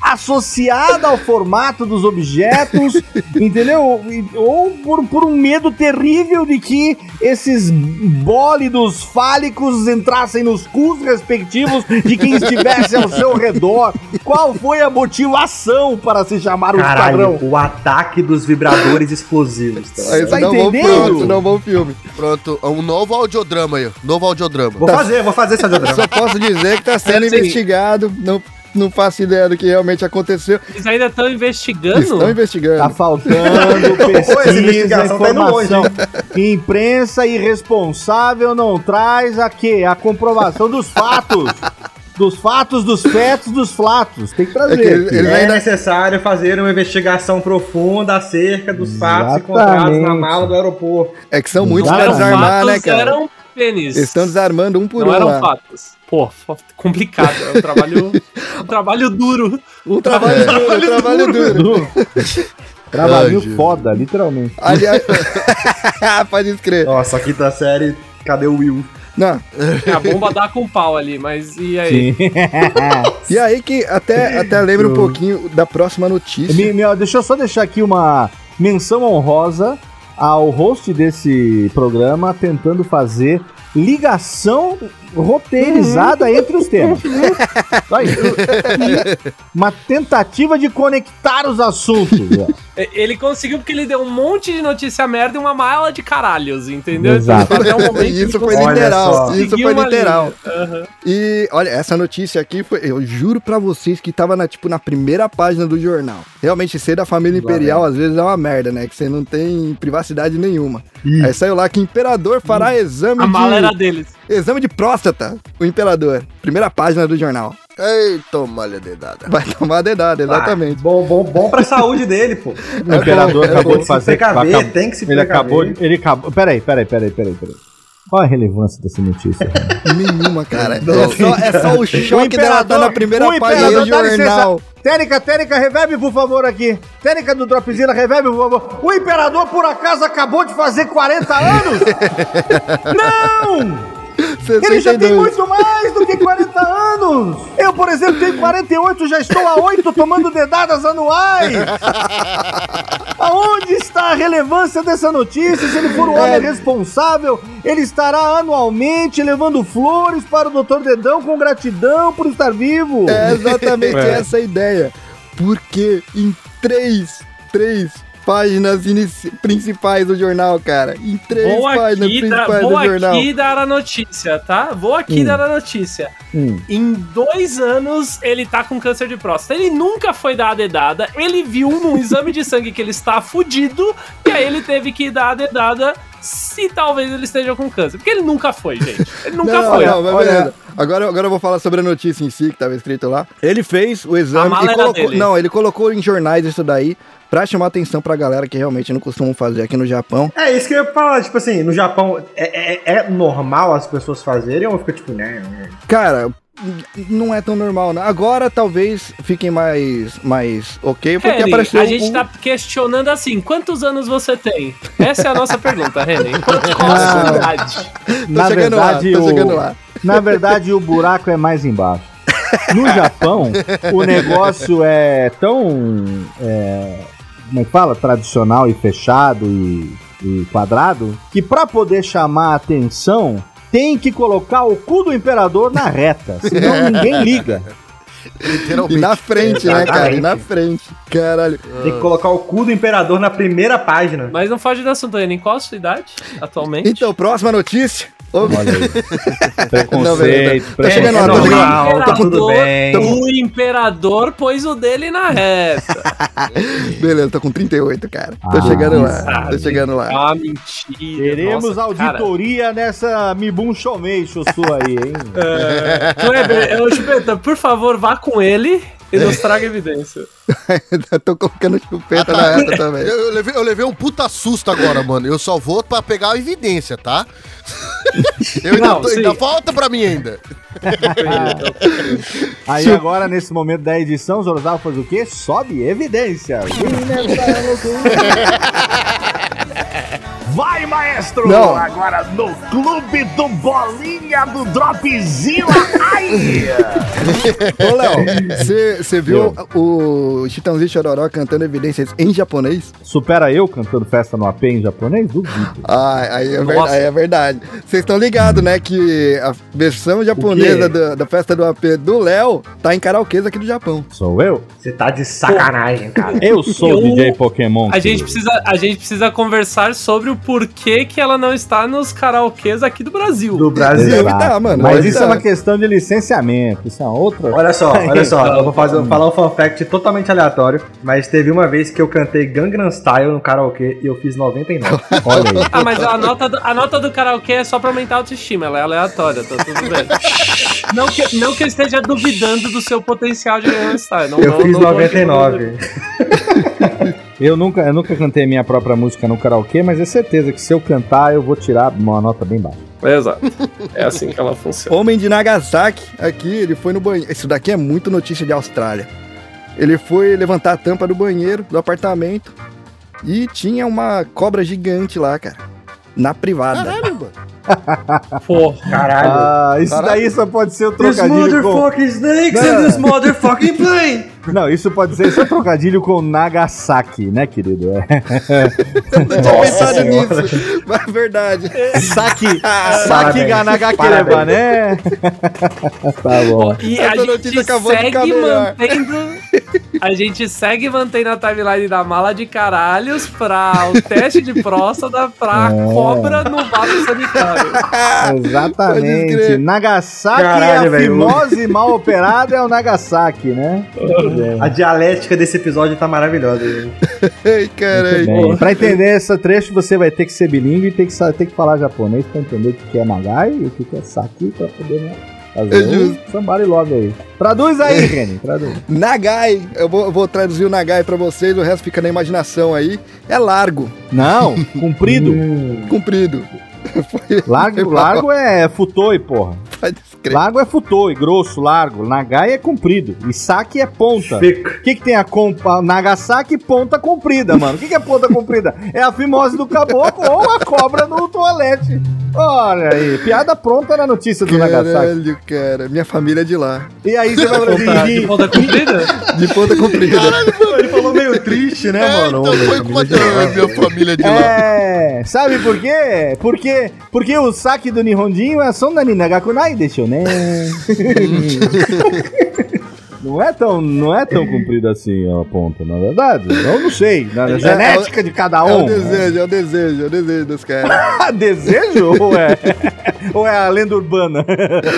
associada ao formato dos objetos, entendeu? Ou por um medo terrível de que esses bólidos fálicos entrassem nos cus respectivos de quem estivesse ao seu redor. Qual foi a motivação para se chamar o Esquadrão? O ataque dos vibradores explosivos. Tá entendendo? Não bom filme. Pronto, um novo audiodrama aí. Novo audiodrama. Vou fazer esse audiodrama. Só posso dizer que tá sendo investigado. Não faço ideia do que realmente aconteceu. Eles ainda estão investigando? Estão investigando. Tá faltando pesquisa, informação. Imprensa irresponsável não traz a quê? A comprovação dos fatos. Dos fatos, dos fetos, dos flatos. Tem que trazer. É necessário fazer uma investigação profunda acerca dos fatos encontrados na mala do aeroporto. É que são muitos pra desarmar, né, cara? Eram pênis. Eles estão desarmando um por não um eram lá. fatos. Pô, complicado. É um trabalho duro. Um trabalho duro. Trabalho foda, literalmente. Aliás, pode escrever. Nossa, a quinta série, cadê o Will? Não. A bomba dá com pau ali, mas e aí? Sim. E aí que até lembra um pouquinho da próxima notícia. Deixa eu só deixar aqui uma menção honrosa ao host desse programa tentando fazer ligação roteirizada entre os temas. Aí. Uma tentativa de conectar os assuntos. Ele conseguiu porque ele deu um monte de notícia merda e uma mala de caralhos, entendeu? Exato. Então, até o momento Isso foi Olha literal. só. Isso seguiu foi uma literal. linha. Uhum. E olha, essa notícia aqui foi, eu juro pra vocês que tava na primeira página do jornal. Realmente, ser da família imperial às vezes é uma merda, né? Que você não tem privacidade nenhuma. Aí saiu lá que imperador fará exame A mala era deles. exame de próstata. O imperador. Primeira página do jornal. Eita, malha dedada. Vai tomar dedada, exatamente. Bom pra saúde dele, pô. O imperador acabou de fazer. Tem que se Ele precaver. acabou. Peraí. Qual a relevância dessa notícia? Nenhuma, cara. É só o choque dela estar na primeira página do jornal. Técnica, reverb, por favor, aqui. Técnica do Dropzilla, reverb, por favor. O imperador, por acaso, acabou de fazer 40 anos? Não! Ele já tem muito mais do que 40 anos! Eu, por exemplo, tenho 48, já estou há 8 tomando dedadas anuais! Aonde está a relevância dessa notícia? Se ele for um homem responsável, ele estará anualmente levando flores para o Dr. Dedão com gratidão por estar vivo! É exatamente essa a ideia. Porque em três páginas principais do jornal, cara. Em 3 páginas principais do jornal. Vou aqui dar a notícia, tá? Vou aqui dar a notícia. Em 2 anos, ele tá com câncer de próstata. Ele nunca foi dar a dedada. Ele viu num exame de sangue que ele está fudido. E aí ele teve que dar a dedada se talvez ele esteja com câncer. Porque ele nunca foi, gente. Ele nunca foi. Não, mas beleza. Agora eu vou falar sobre a notícia em si, que tava escrito lá. Ele fez o exame e colocou... Não, ele colocou em jornais isso daí pra chamar atenção pra galera que realmente não costumam fazer aqui no Japão. É isso que eu ia falar, tipo assim, no Japão é normal as pessoas fazerem ou fica tipo, né? Cara, não é tão normal, não. Agora talvez fiquem mais ok, porque Henry, apareceu... a gente tá questionando assim, quantos anos você tem? Essa é a nossa pergunta, Renan. Qual a sua idade? Tô chegando lá. Na verdade, o buraco é mais embaixo. No Japão, o negócio é tão... como é que fala? Tradicional e fechado e quadrado, que pra poder chamar a atenção, tem que colocar o cu do imperador na reta, senão ninguém liga. E na frente, né, cara? E na frente. Caralho. Tem que colocar o cu do imperador na primeira página. Mas não foge do assunto, Renan. Qual a sua idade atualmente? Então, próxima notícia. Olha aí. Preconceito, Tá chegando lá, tá tudo bem. O imperador pôs o dele na reta. Beleza, tô com 38, cara. Tô chegando lá. Ah, mentira. Teremos auditoria nessa Mibum Showmation sua aí, hein? Kleber, Chupeta, por favor, vá com ele e nos traga evidência. Tô colocando chupeta na reta também. Eu levei um puta susto agora, mano. Eu só vou pra pegar a evidência, tá? Ainda falta pra mim ainda. Aí agora, nesse momento da edição, Zorzal faz o quê? Sobe evidência. Vai, maestro! Não. Agora no Clube do Bolinha do Dropzilla. Ai! Ô, Léo, você viu o Chitãozinho e Chororó cantando Evidências em japonês? Supera eu cantando Festa no AP em japonês? Duvido. Aí é verdade. Vocês estão ligados, né, que a versão japonesa da Festa do AP do Léo tá em karaokês aqui do Japão. Sou eu? Você tá de sacanagem, cara. Eu sou o DJ Pokémon. A gente precisa conversar sobre o porquê que ela não está nos karaokês aqui do Brasil. Do Brasil. Deve tá, mano. Mas deve isso tá. é uma questão de licenciamento. Isso é outra. Olha só, eu vou falar um fun fact totalmente aleatório, mas teve uma vez que eu cantei Gangnam Style no karaokê e eu fiz 99. Olha aí. Ah, mas a nota do karaokê é só pra aumentar a autoestima, ela é aleatória, tá tudo bem. Não que eu esteja duvidando do seu potencial de Gangnam Style. Eu fiz 99. Eu nunca cantei minha própria música no karaokê, mas é certeza que se eu cantar, eu vou tirar uma nota bem baixa. Exato. É assim que ela funciona. Homem de Nagasaki, aqui, ele foi no banheiro. Isso daqui é muito notícia de Austrália. Ele foi levantar a tampa do banheiro do apartamento e tinha uma cobra gigante lá, cara. Na privada. Caralho, mano. Porra. Caralho. Ah, isso daí só pode ser o trocadilho com... snakes in this motherfucking plane! Não, isso pode ser só trocadilho com Nagasaki, né, querido? Eu não tinha pensado nisso, mas é verdade. Saki Parabéns. ga Nagakereba, né? Tá bom. E Essa a notícia gente acabou de ficar segue melhor. a gente segue mantendo a timeline da mala de caralhos pra o teste de próstata pra cobra no vaso sanitário. Pode Exatamente. escrever. Nagasaki Caralho, é a velho. fimose mal operada, é o Nagasaki, né? A dialética desse episódio tá maravilhosa, gente. Ai, caralho. Bem, pra entender esse trecho, você vai ter que ser bilíngue e ter que falar japonês pra entender o que é Nagai e o que é Saki pra poder, né, fazer É justo. somebody love aí. Traduz aí, Kenny, traduz. Nagai, eu vou traduzir o Nagai pra vocês, o resto fica na imaginação aí. É largo, Não, comprido. comprido. Largo é futoi, porra. Pode escrever. Largo é futoi, grosso, largo. Nagai é comprido. E Saki é ponta. Fica. O que tem a Nagasaki ponta comprida, mano? O que é ponta comprida? É a fimose do caboclo ou a cobra no toalete. Olha aí, piada pronta na notícia do Nagasaki. Caralho, cara. Minha família é de lá. E aí você vai De Brasil. ponta comprida? De ponta comprida. Ele falou meio triste, né, mano? Então foi com uma minha família de lá. É, sabe por quê? Porque o saque do Nihonjin é só na Nagakunai, deixou, né? Não é tão comprido assim a ponta, na verdade. Eu não sei. Na genética de cada É um. o desejo dos caras. Desejo ou é a lenda urbana?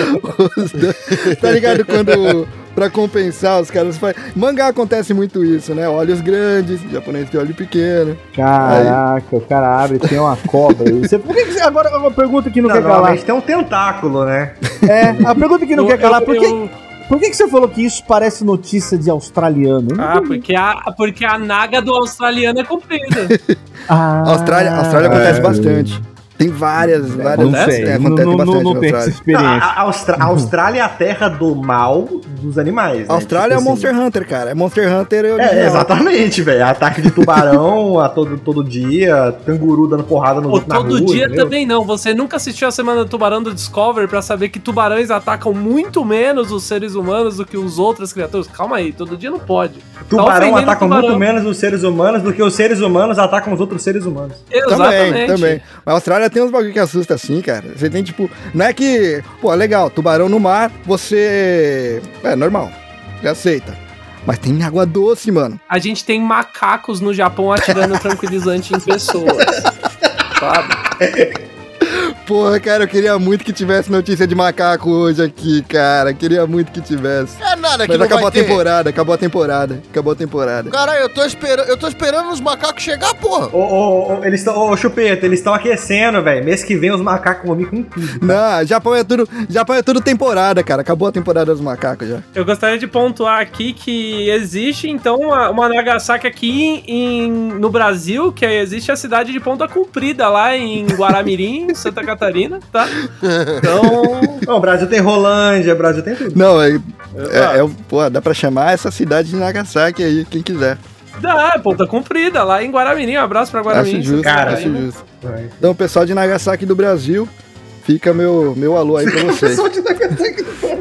Tá ligado quando, pra compensar, os caras fazem... Mangá acontece muito isso, né? Olhos grandes, japonês tem olho pequeno. Caraca, o cara abre e tem uma cobra. Por que você, agora uma pergunta que não, quer calar. Normalmente tem um tentáculo, né? É, a pergunta que não quer calar. Por que você falou que isso parece notícia de australiano? Porque a naga do australiano é comprida. Austrália acontece bastante. Tem várias. Não sei, Acontece bastante não na tenho essa Austrália. experiência. A Austrália é a terra do mal dos animais. Né? A Austrália Tipo é Monster Hunter, cara. É Monster Hunter original. exatamente, velho. Ataque de tubarão a todo dia, canguru dando porrada no outro na Todo rua, dia entendeu? também não. Você nunca assistiu a Semana do Tubarão do Discovery pra saber que tubarões atacam muito menos os seres humanos do que os outras criaturas? Calma aí, todo dia não pode. Tubarão ofendendo atacam tubarão. muito menos os seres humanos do que os seres humanos atacam os outros seres humanos. Exatamente. Também. Mas a Austrália tem uns bagulho que assusta assim, cara. Você tem, tipo... Não é que... Pô, legal, tubarão no mar, você... É normal. Você aceita. Mas tem água doce, mano. A gente tem macacos no Japão atirando tranquilizante em pessoas. Sabe? Porra, cara, eu queria muito que tivesse notícia de macaco hoje aqui, cara. Queria muito que tivesse. É nada que Mas não acabou vai a ter. temporada, acabou a temporada. Caralho, eu tô esperando os macacos chegar, porra. Eles estão, Chupeta, eles estão aquecendo, velho. Mês que vem os macacos vão vir com tudo. Não, Japão é tudo temporada, cara. Acabou a temporada dos macacos já. Eu gostaria de pontuar aqui que existe, então, uma Nagasaki aqui no Brasil, que existe a cidade de Ponta Comprida, lá em Guaramirim, Santa Catarina, tá? Então... Não, o Brasil tem Rolândia, o Brasil tem tudo. Não, pô, dá pra chamar essa cidade de Nagasaki aí, quem quiser. Dá, Ponta Comprida, lá em Guaramirim. Um abraço pra Guaramirim. Acho justo, cara, acho justo. Então, pessoal de Nagasaki do Brasil, fica meu alô aí pra vocês.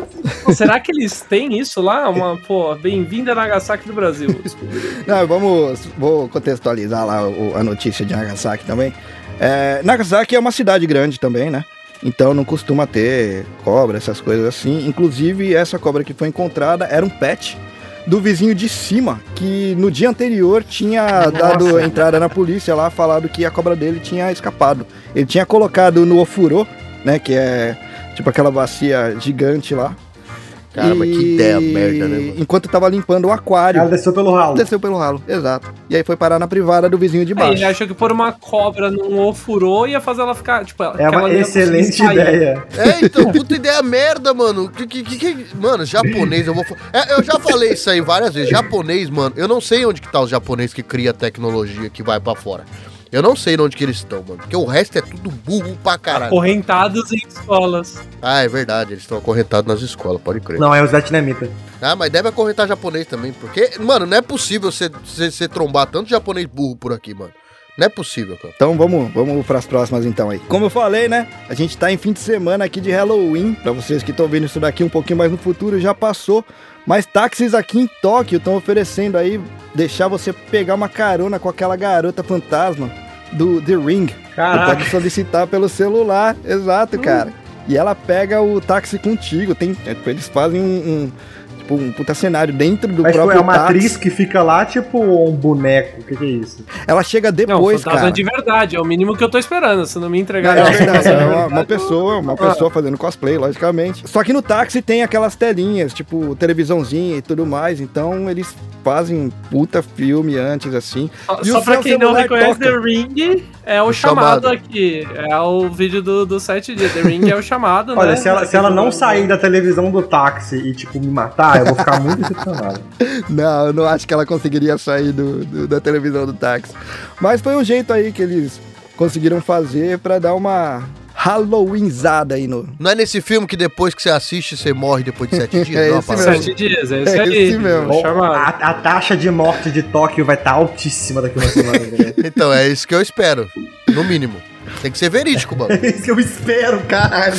Será que eles têm isso lá? Bem-vinda a Nagasaki do Brasil. Não, vou contextualizar lá a notícia de Nagasaki também. Nagasaki é uma cidade grande também, né? Então não costuma ter cobra, essas coisas assim. Inclusive, essa cobra que foi encontrada era um pet do vizinho de cima, que no dia anterior tinha dado entrada na polícia lá, falado que a cobra dele tinha escapado. Ele tinha colocado no ofurô, né, que é tipo aquela bacia gigante lá. Caramba, que ideia merda, né, mano? Enquanto tava limpando o aquário. Ela desceu pelo ralo. Desceu pelo ralo, exato. E aí foi parar na privada do vizinho de baixo. Ele achou que pôr uma cobra num ofurô ia fazer ela ficar, tipo... É uma excelente ideia. Então, puta ideia merda, mano. Mano, japonês, eu já falei isso aí várias vezes. Japonês, mano, eu não sei onde que tá os japoneses que cria tecnologia que vai pra fora. Eu não sei onde que eles estão, mano. Porque o resto é tudo burro pra caralho. Acorrentados em escolas. Ah, é verdade. Eles estão acorrentados nas escolas, pode crer. Não, é os vietnamitas. Ah, mas deve acorrentar japonês também. Porque, mano, não é possível você trombar tanto japonês burro por aqui, mano. Não é possível, cara. Então vamos pras próximas então aí. Como eu falei, né? A gente tá em fim de semana aqui de Halloween. Pra vocês que estão vendo isso daqui um pouquinho mais no futuro, já passou. Mas táxis aqui em Tóquio estão oferecendo aí deixar você pegar uma carona com aquela garota fantasma do The Ring. Caraca. Você pode solicitar pelo celular, exato, cara. E ela pega o táxi contigo. Eles fazem um puta cenário dentro do próprio táxi. É uma atriz que fica lá, tipo um boneco. O que é isso? Ela chega depois, fantasma cara. de verdade, é o mínimo que eu tô esperando. Se não me entregar... É verdade, uma pessoa fazendo cosplay, logicamente. Só que no táxi tem aquelas telinhas, tipo televisãozinha e tudo mais. Então eles fazem puta filme antes, assim. Só pra quem não reconhece, The Ring é o chamado aqui. É o vídeo do 7 dias. The Ring é o chamado, Olha, né? se ela não sair da televisão do táxi e, tipo, me matar, eu vou ficar muito decepcionado. Não, eu não acho que ela conseguiria sair da televisão do táxi. Mas foi um jeito aí que eles conseguiram fazer pra dar uma Halloweenzada aí no... Não é nesse filme que depois que você assiste, você morre depois de 7 dias? É não, esse mesmo. 7 dias, é esse aí. Esse mesmo. A taxa de morte de Tóquio vai estar altíssima daqui a uma semana. Então, é isso que eu espero. No mínimo. Tem que ser verídico, mano. É isso que eu espero, caralho.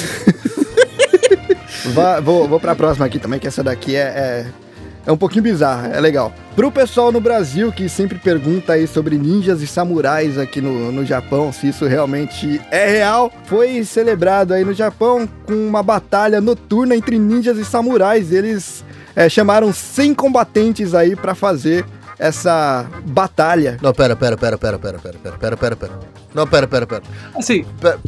Vou pra próxima aqui também, que essa daqui é um pouquinho bizarra, é legal. Pro pessoal no Brasil que sempre pergunta aí sobre ninjas e samurais aqui no Japão, se isso realmente é real, foi celebrado aí no Japão com uma batalha noturna entre ninjas e samurais. Eles chamaram 100 combatentes aí pra fazer essa batalha. Não, pera. Não, pera. Assim.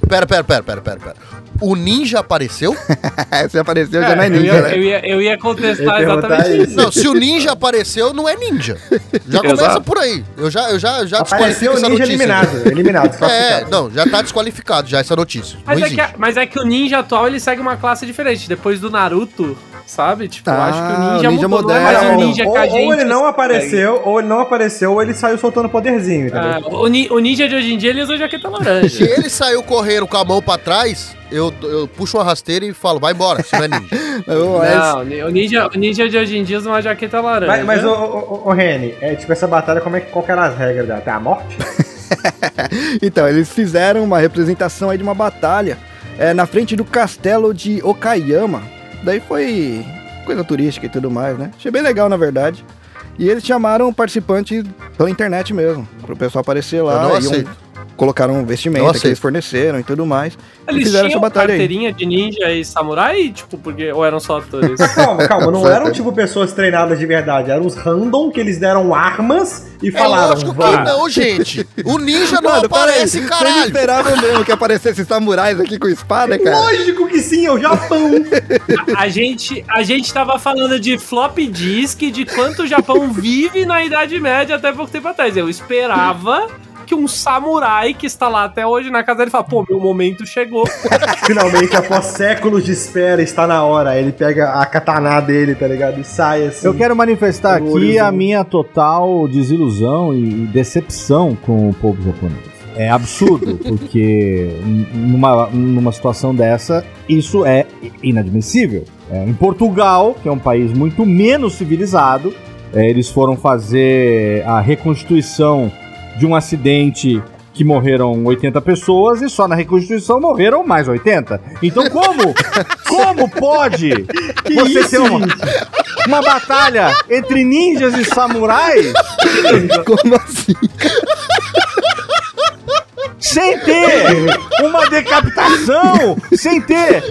Pera. O ninja apareceu? Se apareceu, já não é ninja, né? Eu ia contestar exatamente isso. Não, se o ninja apareceu, não é ninja. Já começa por aí. Eu já apareceu desqualifico essa ninja notícia. eliminado. Não, já tá desqualificado já essa notícia. Mas é que o ninja atual, ele segue uma classe diferente. Depois do Naruto, sabe? Tipo, eu acho que o ninja mudou, moderno. não é mais o ninja que a gente... Ou ele não apareceu, ou ele saiu soltando poderzinho, entendeu? O ninja de hoje em dia, ele usa jaqueta laranja. Se ele saiu correndo com a mão pra trás, eu puxo uma rasteira e falo, vai embora, você não é ninja. Não, o ninja de hoje em dia usa uma jaqueta laranja. Mas ô Reni, tipo, essa batalha, qual que eram as regras dela? Até a morte? Então, eles fizeram uma representação aí de uma batalha na frente do castelo de Okayama. Daí foi coisa turística e tudo mais, né? Achei bem legal, na verdade. E eles chamaram participantes pela internet mesmo, pro pessoal aparecer lá. Eu não aceito. Colocaram vestimenta que eles forneceram e tudo mais. Eles fizeram tinham essa batalha carteirinha aí de ninja e samurai, tipo, ou eram só atores? Calma, não eram tipo pessoas treinadas de verdade, eram os random que eles deram armas e falaram. Lógico que não, gente. O ninja não aparece, caralho. Vocês esperavam mesmo que aparecessem samurais aqui com espada, cara? Lógico que sim, é o Japão. A gente tava falando de floppy disk, de quanto o Japão vive na Idade Média até pouco tempo atrás. Eu esperava que um samurai que está lá até hoje na casa dele fala, pô, meu momento chegou. Finalmente, após séculos de espera, está na hora. Ele pega a katana dele, tá ligado? E sai assim. Eu quero manifestar aqui a minha total desilusão e decepção com o povo japonês. É absurdo, porque numa situação dessa, isso é inadmissível. Em Portugal, que é um país muito menos civilizado, eles foram fazer a reconstituição de um acidente que morreram 80 pessoas e só na reconstituição morreram mais 80. Então como pode você ter uma batalha entre ninjas e samurais Como assim? sem ter uma decapitação, sem ter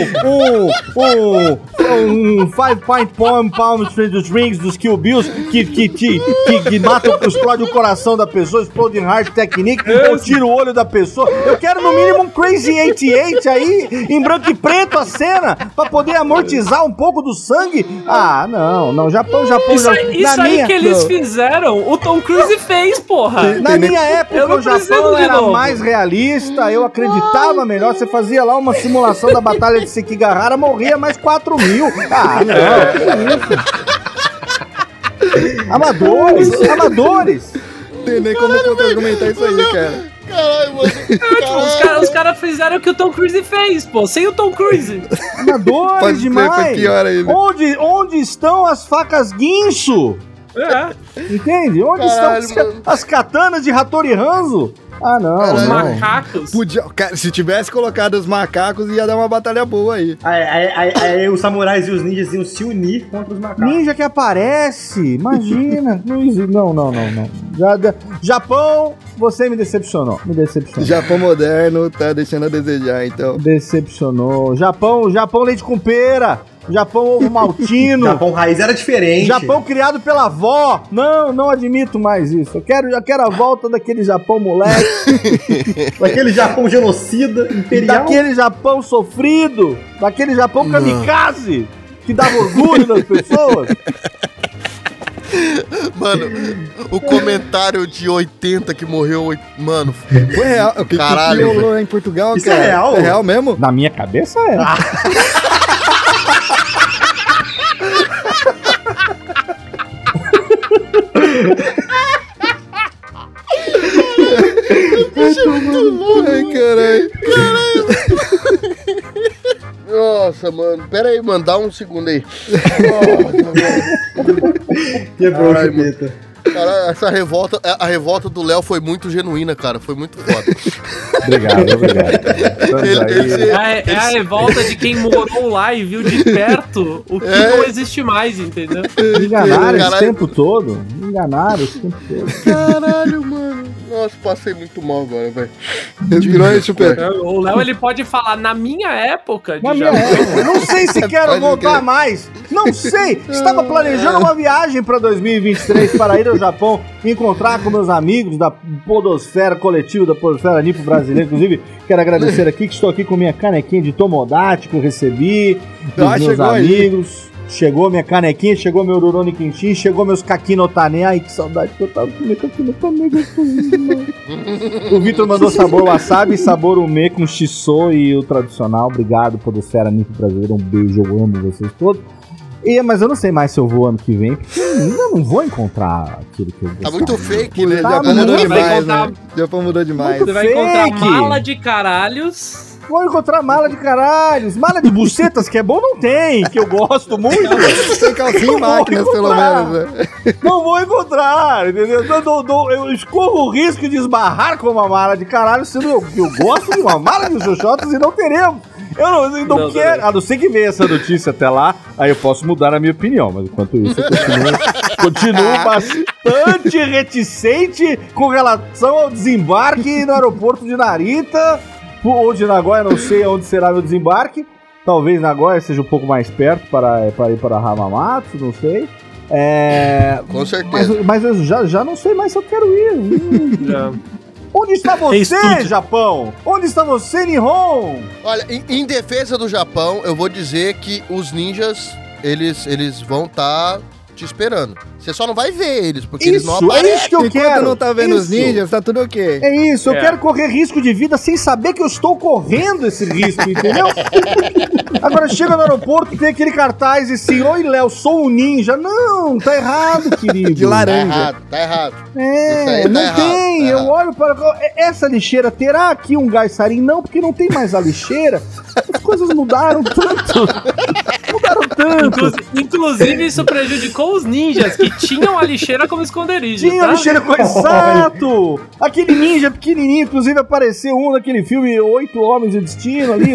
um Five Point Palm dos Rings, dos Kill Bills, que matam, explode o coração da pessoa, Exploding Heart Technique, ou tira o olho da pessoa. Eu quero no mínimo um Crazy 88 aí, em branco e preto a cena, pra poder amortizar um pouco do sangue. Ah, não, Japão. Isso aí que eles fizeram, o Tom Cruise fez, porra. Na minha época, o Japão era mais realista, eu acreditava melhor. Você fazia lá uma simulação da Batalha de Sekigahara, morria mais 4 mil. Ah, não, que isso? Amadores. Não tem nem como contra-argumentar isso aí, cara. Caralho, mano. Os caras fizeram o que o Tom Cruise fez, pô, sem o Tom Cruise. Amadores Pode ser, demais. foi pior ainda. Onde estão as facas guincho? Entende? Onde estão as katanas de Hattori Hanzo? Ah, não. Os não. macacos. Cara, se tivesse colocado os macacos, ia dar uma batalha boa aí. Aí os samurais e os ninjas iam se unir contra os macacos. Ninja que aparece, imagina. Não. Japão, você me decepcionou. Japão moderno tá deixando a desejar, então. Decepcionou. Japão leite com pera. Japão ovo maltino. Japão raiz era diferente. Japão criado pela avó. Não admito mais isso. Eu quero a volta daquele Japão moleque. Daquele Japão genocida, imperial. Daquele Japão sofrido. Daquele Japão kamikaze. Que dava orgulho das pessoas. Mano, o comentário de 80 que morreu, mano. Foi real. O que rolou em Portugal, isso cara? É real? É real mesmo? Na minha cabeça é. Ai, caralho. Nossa, mano. Pera aí, mano. Dá um segundo aí. Quebrou a chupeta. Cara, a revolta do Léo foi muito genuína, cara. Foi muito foda. Obrigado. É a revolta de quem morou lá e viu de perto o que não existe mais, entendeu? Me enganaram esse tempo todo. Caralho, mano. Nossa, passei muito mal agora, velho. Virou aí, chupeta. O Léo, ele pode falar, na minha época... Eu não sei se quero voltar mais. Não sei. Estava planejando uma viagem para 2023 para ir ao Japão, encontrar com meus amigos da podosfera coletiva, da podosfera nipo brasileira. Inclusive, quero agradecer aqui que estou aqui com minha canequinha de Tomodachi que eu recebi dos meus amigos. Aí. Chegou minha canequinha, chegou meu Rurouni Kenshin, chegou meus Kakinotane. Ai, que saudade que eu tava com meu Kakinotane, gostosinho demais. O Vitor mandou sabor wasabi, sabor ume com shiso e o tradicional. Obrigado, podosfera nipo brasileira. Um beijo, eu amo vocês todos. Mas eu não sei mais se eu vou ano que vem, porque eu ainda não vou encontrar aquilo que eu vou. Tá muito fake, né? Japão mudou demais, né? Japão mudou demais. Você vai encontrar mala de caralhos. Vou encontrar mala de caralhos. Mala de bucetas, que é bom, não tem, que eu gosto muito. Tem calcinha e máquinas, pelo menos, né? Não vou encontrar, entendeu? Eu escorro o risco de esbarrar com uma mala de caralho, sendo eu gosto de uma mala de xoxotas e não teremos. Eu não quero, a não ser que venha essa notícia até lá, aí eu posso mudar a minha opinião, mas enquanto isso eu continuo bastante reticente com relação ao desembarque no aeroporto de Narita, ou de Nagoya, não sei onde será meu desembarque, talvez Nagoya seja um pouco mais perto para ir para Hamamatsu, não sei. Com certeza. Mas eu já não sei mais se eu quero ir. Onde está você, Japão? Onde está você, Nihon? Olha, em defesa do Japão, eu vou dizer que os ninjas, eles vão estar te esperando. Você só não vai ver eles, porque eles não aparecem. É isso que eu quero. Enquanto não tá vendo os ninjas, tá tudo ok. É isso, eu quero correr risco de vida sem saber que eu estou correndo esse risco, entendeu? Agora chega no aeroporto, tem aquele cartaz assim, oi Léo, sou um ninja. Não, tá errado, querido. De laranja. Tá errado. Isso aí não tem. Eu olho para... Essa lixeira, terá aqui um gaisarim? Não, porque não tem mais a lixeira. As coisas mudaram tanto. tanto. Inclusive, isso prejudicou os ninjas que tinham a lixeira como esconderijo. Tinha tá? lixeira com exato! Aquele ninja pequenininho, inclusive apareceu um daquele filme 8 Homens e Destino ali,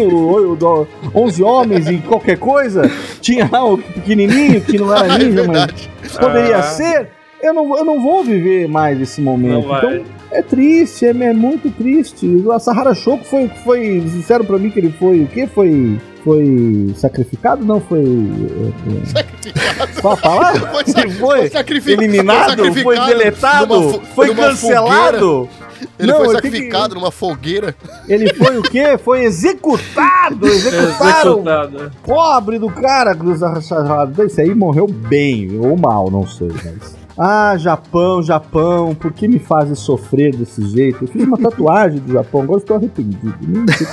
11 Homens e qualquer coisa. Tinha lá o pequenininho que não era ninja, mas poderia ser. Eu não vou viver mais esse momento. Então é triste, é muito triste. A Sahara Shoku foi disseram pra mim que ele foi o quê? Foi sacrificado? Não, foi... Sacrificado. Qual a palavra? Foi eliminado? Foi deletado? Foi cancelado? Ele foi sacrificado numa fogueira. Ele foi o quê? Foi executado! Executaram! Pobre do cara! Esse aí morreu bem, ou mal, não sei, mas... Ah, Japão, por que me fazem sofrer desse jeito? Eu fiz uma tatuagem do Japão, agora estou arrependido. Nem sei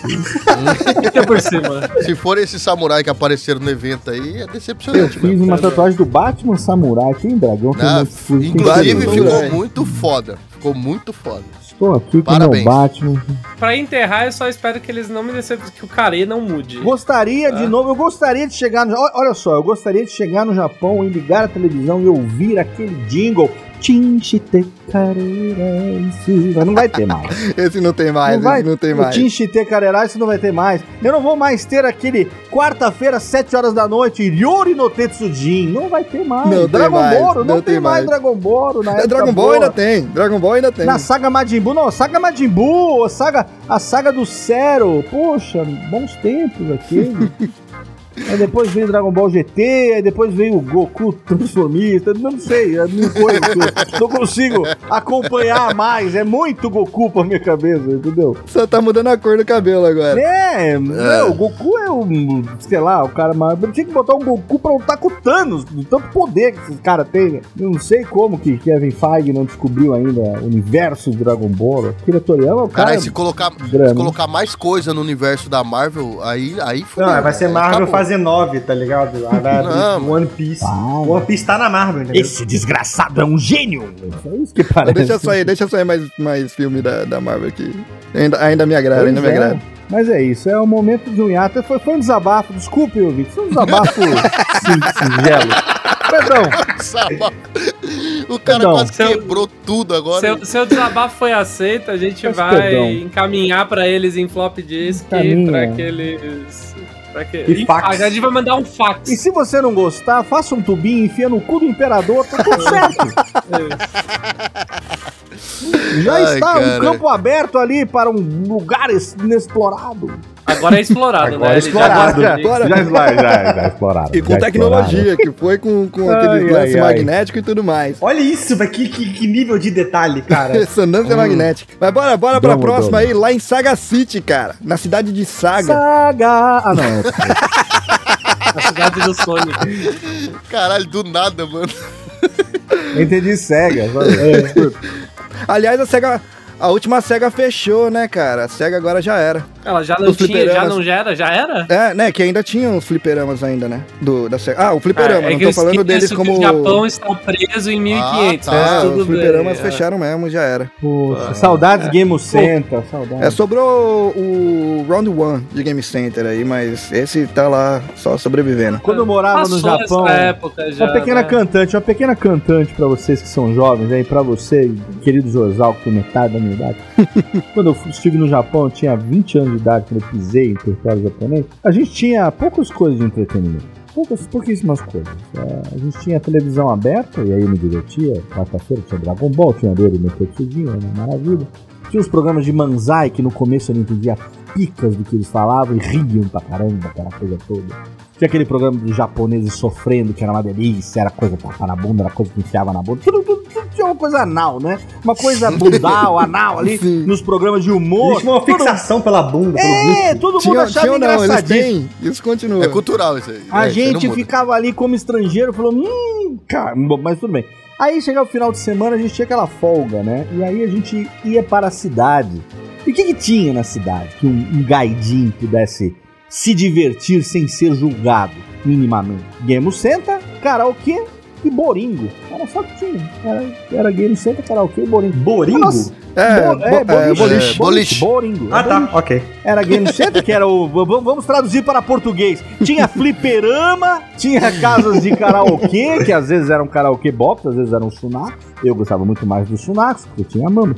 Fica por cima. Se for esse samurai que apareceram no evento aí, é decepcionante. Eu fiz uma tatuagem do Batman Samurai, tem dragão. Inclusive ficou muito foda. Ficou muito foda. Estou aqui com o meu Batman. Pra enterrar, eu só espero que eles não me decepcionem, que o Kare não mude. Eu gostaria de chegar no... Olha só, eu gostaria de chegar no Japão e ligar a televisão e ouvir aquele jingle. Tinshite Kareraisu. Mas não vai ter mais. Esse não tem mais, não tem mais. Tinshite Kareraisu não vai ter mais. Eu não vou mais ter aquele quarta-feira, 7 horas da noite, Ryori no Tetsujin. Não vai ter mais. Não Dragon tem mais, Ball, não tem mais Dragon Ball. Dragon Ball ainda tem. Dragon Ball ainda tem. Na saga Majin Buu, não, saga Majin Buu, a saga do Zero. Poxa, bons tempos aquele. Aí depois veio Dragon Ball GT, aí depois veio o Goku transformista, não sei, não foi, não consigo acompanhar mais, é muito Goku pra minha cabeça, entendeu? Só tá mudando a cor do cabelo agora. O Goku é sei lá, o cara mais... Tinha que botar um Goku pra lutar com o Thanos, do tanto poder que esses caras têm. Eu não sei como que Kevin Feige não descobriu ainda o universo do Dragon Ball. Akira Toriyama é o cara... Caralho, se colocar mais coisa no universo da Marvel, aí foi... Não, vai ser Marvel fazer 9, tá ligado? One Piece. One Piece tá na Marvel, entendeu? Esse desgraçado é um gênio! É isso que parece. Deixa sair mais filme da Marvel aqui. Ainda me agrada, me agrada. Mas é isso, é o momento de um hiato. Foi um desabafo, desculpe, ouvinte. Foi um desabafo singelo. Perdão. O cara quase quebrou tudo agora. Seu desabafo foi aceito, a gente vai encaminhar pra eles em flop disk pra que eles... A gente vai mandar um fax. E se você não gostar, faça um tubinho, enfia no cu do imperador, tá tudo certo. Já está um campo aberto ali para um lugar inexplorado. Agora é explorado, né? Já explorado. E com tecnologia, que foi com aquele lance magnético e tudo mais. Olha isso, velho, que nível de detalhe, cara. Ressonância magnética. Mas bora pra próxima aí, lá em Saga City, cara. Na cidade de Saga. Ah, não. Na cidade do Sonic. Caralho, do nada, mano. Eu entendi Sega. Aliás, a última SEGA fechou, né, cara? A SEGA agora já era. Ela já não tinha, já era? É, né, que ainda tinha uns fliperamas ainda, né? Da SEGA. Ah, o fliperama, não tô falando deles como... O Japão está preso em 1500. Os fliperamas fecharam mesmo, já era. Saudades Game Center, saudades. Sobrou o Round 1 de Game Center aí, mas esse tá lá só sobrevivendo. Quando eu morava no Japão, já, uma pequena cantante pra vocês que são jovens, aí, pra você, querido Zorzal, que tem metade da minha idade. Quando eu estive no Japão, eu tinha 20 anos de idade, quando eu pisei em território japonês, a gente tinha poucas coisas de entretenimento. Pouquíssimas coisas. A gente tinha televisão aberta, e aí eu me divertia. Quarta-feira tinha Dragon Ball, tinha Ryori no Tetsujin, era uma maravilha. Tinha os programas de Manzai, que no começo eu não entendia picas do que eles falavam e riam pra caramba, aquela coisa toda. Tinha aquele programa dos japoneses sofrendo, que era uma delícia, era coisa pra tapar na bunda, era coisa que enfiava na bunda. Tudo tinha uma coisa anal, né? Uma coisa bundal, anal ali, nos programas de humor. Tinha uma fixação pela bunda, todo mundo achava engraçadinho. Isso continua. É cultural isso aí. A gente ficava ali como estrangeiro, falando, cara, mas tudo bem. Aí chegava o final de semana, a gente tinha aquela folga, né? E aí a gente ia para a cidade. E o que tinha na cidade? Que um gaidinho pudesse se divertir sem ser julgado, minimamente. Game Center, karaokê e Boringo. Era só que tinha. Era Game Center, karaokê e Boringo. Boringo? Nossa, boliche. Boringo. Ah, tá, ok. Era Game Center, que era o... Vamos traduzir para português. Tinha fliperama, tinha casas de karaokê, que às vezes eram karaokê box, às vezes eram sunacos. Eu gostava muito mais dos sunacos, porque tinha mama,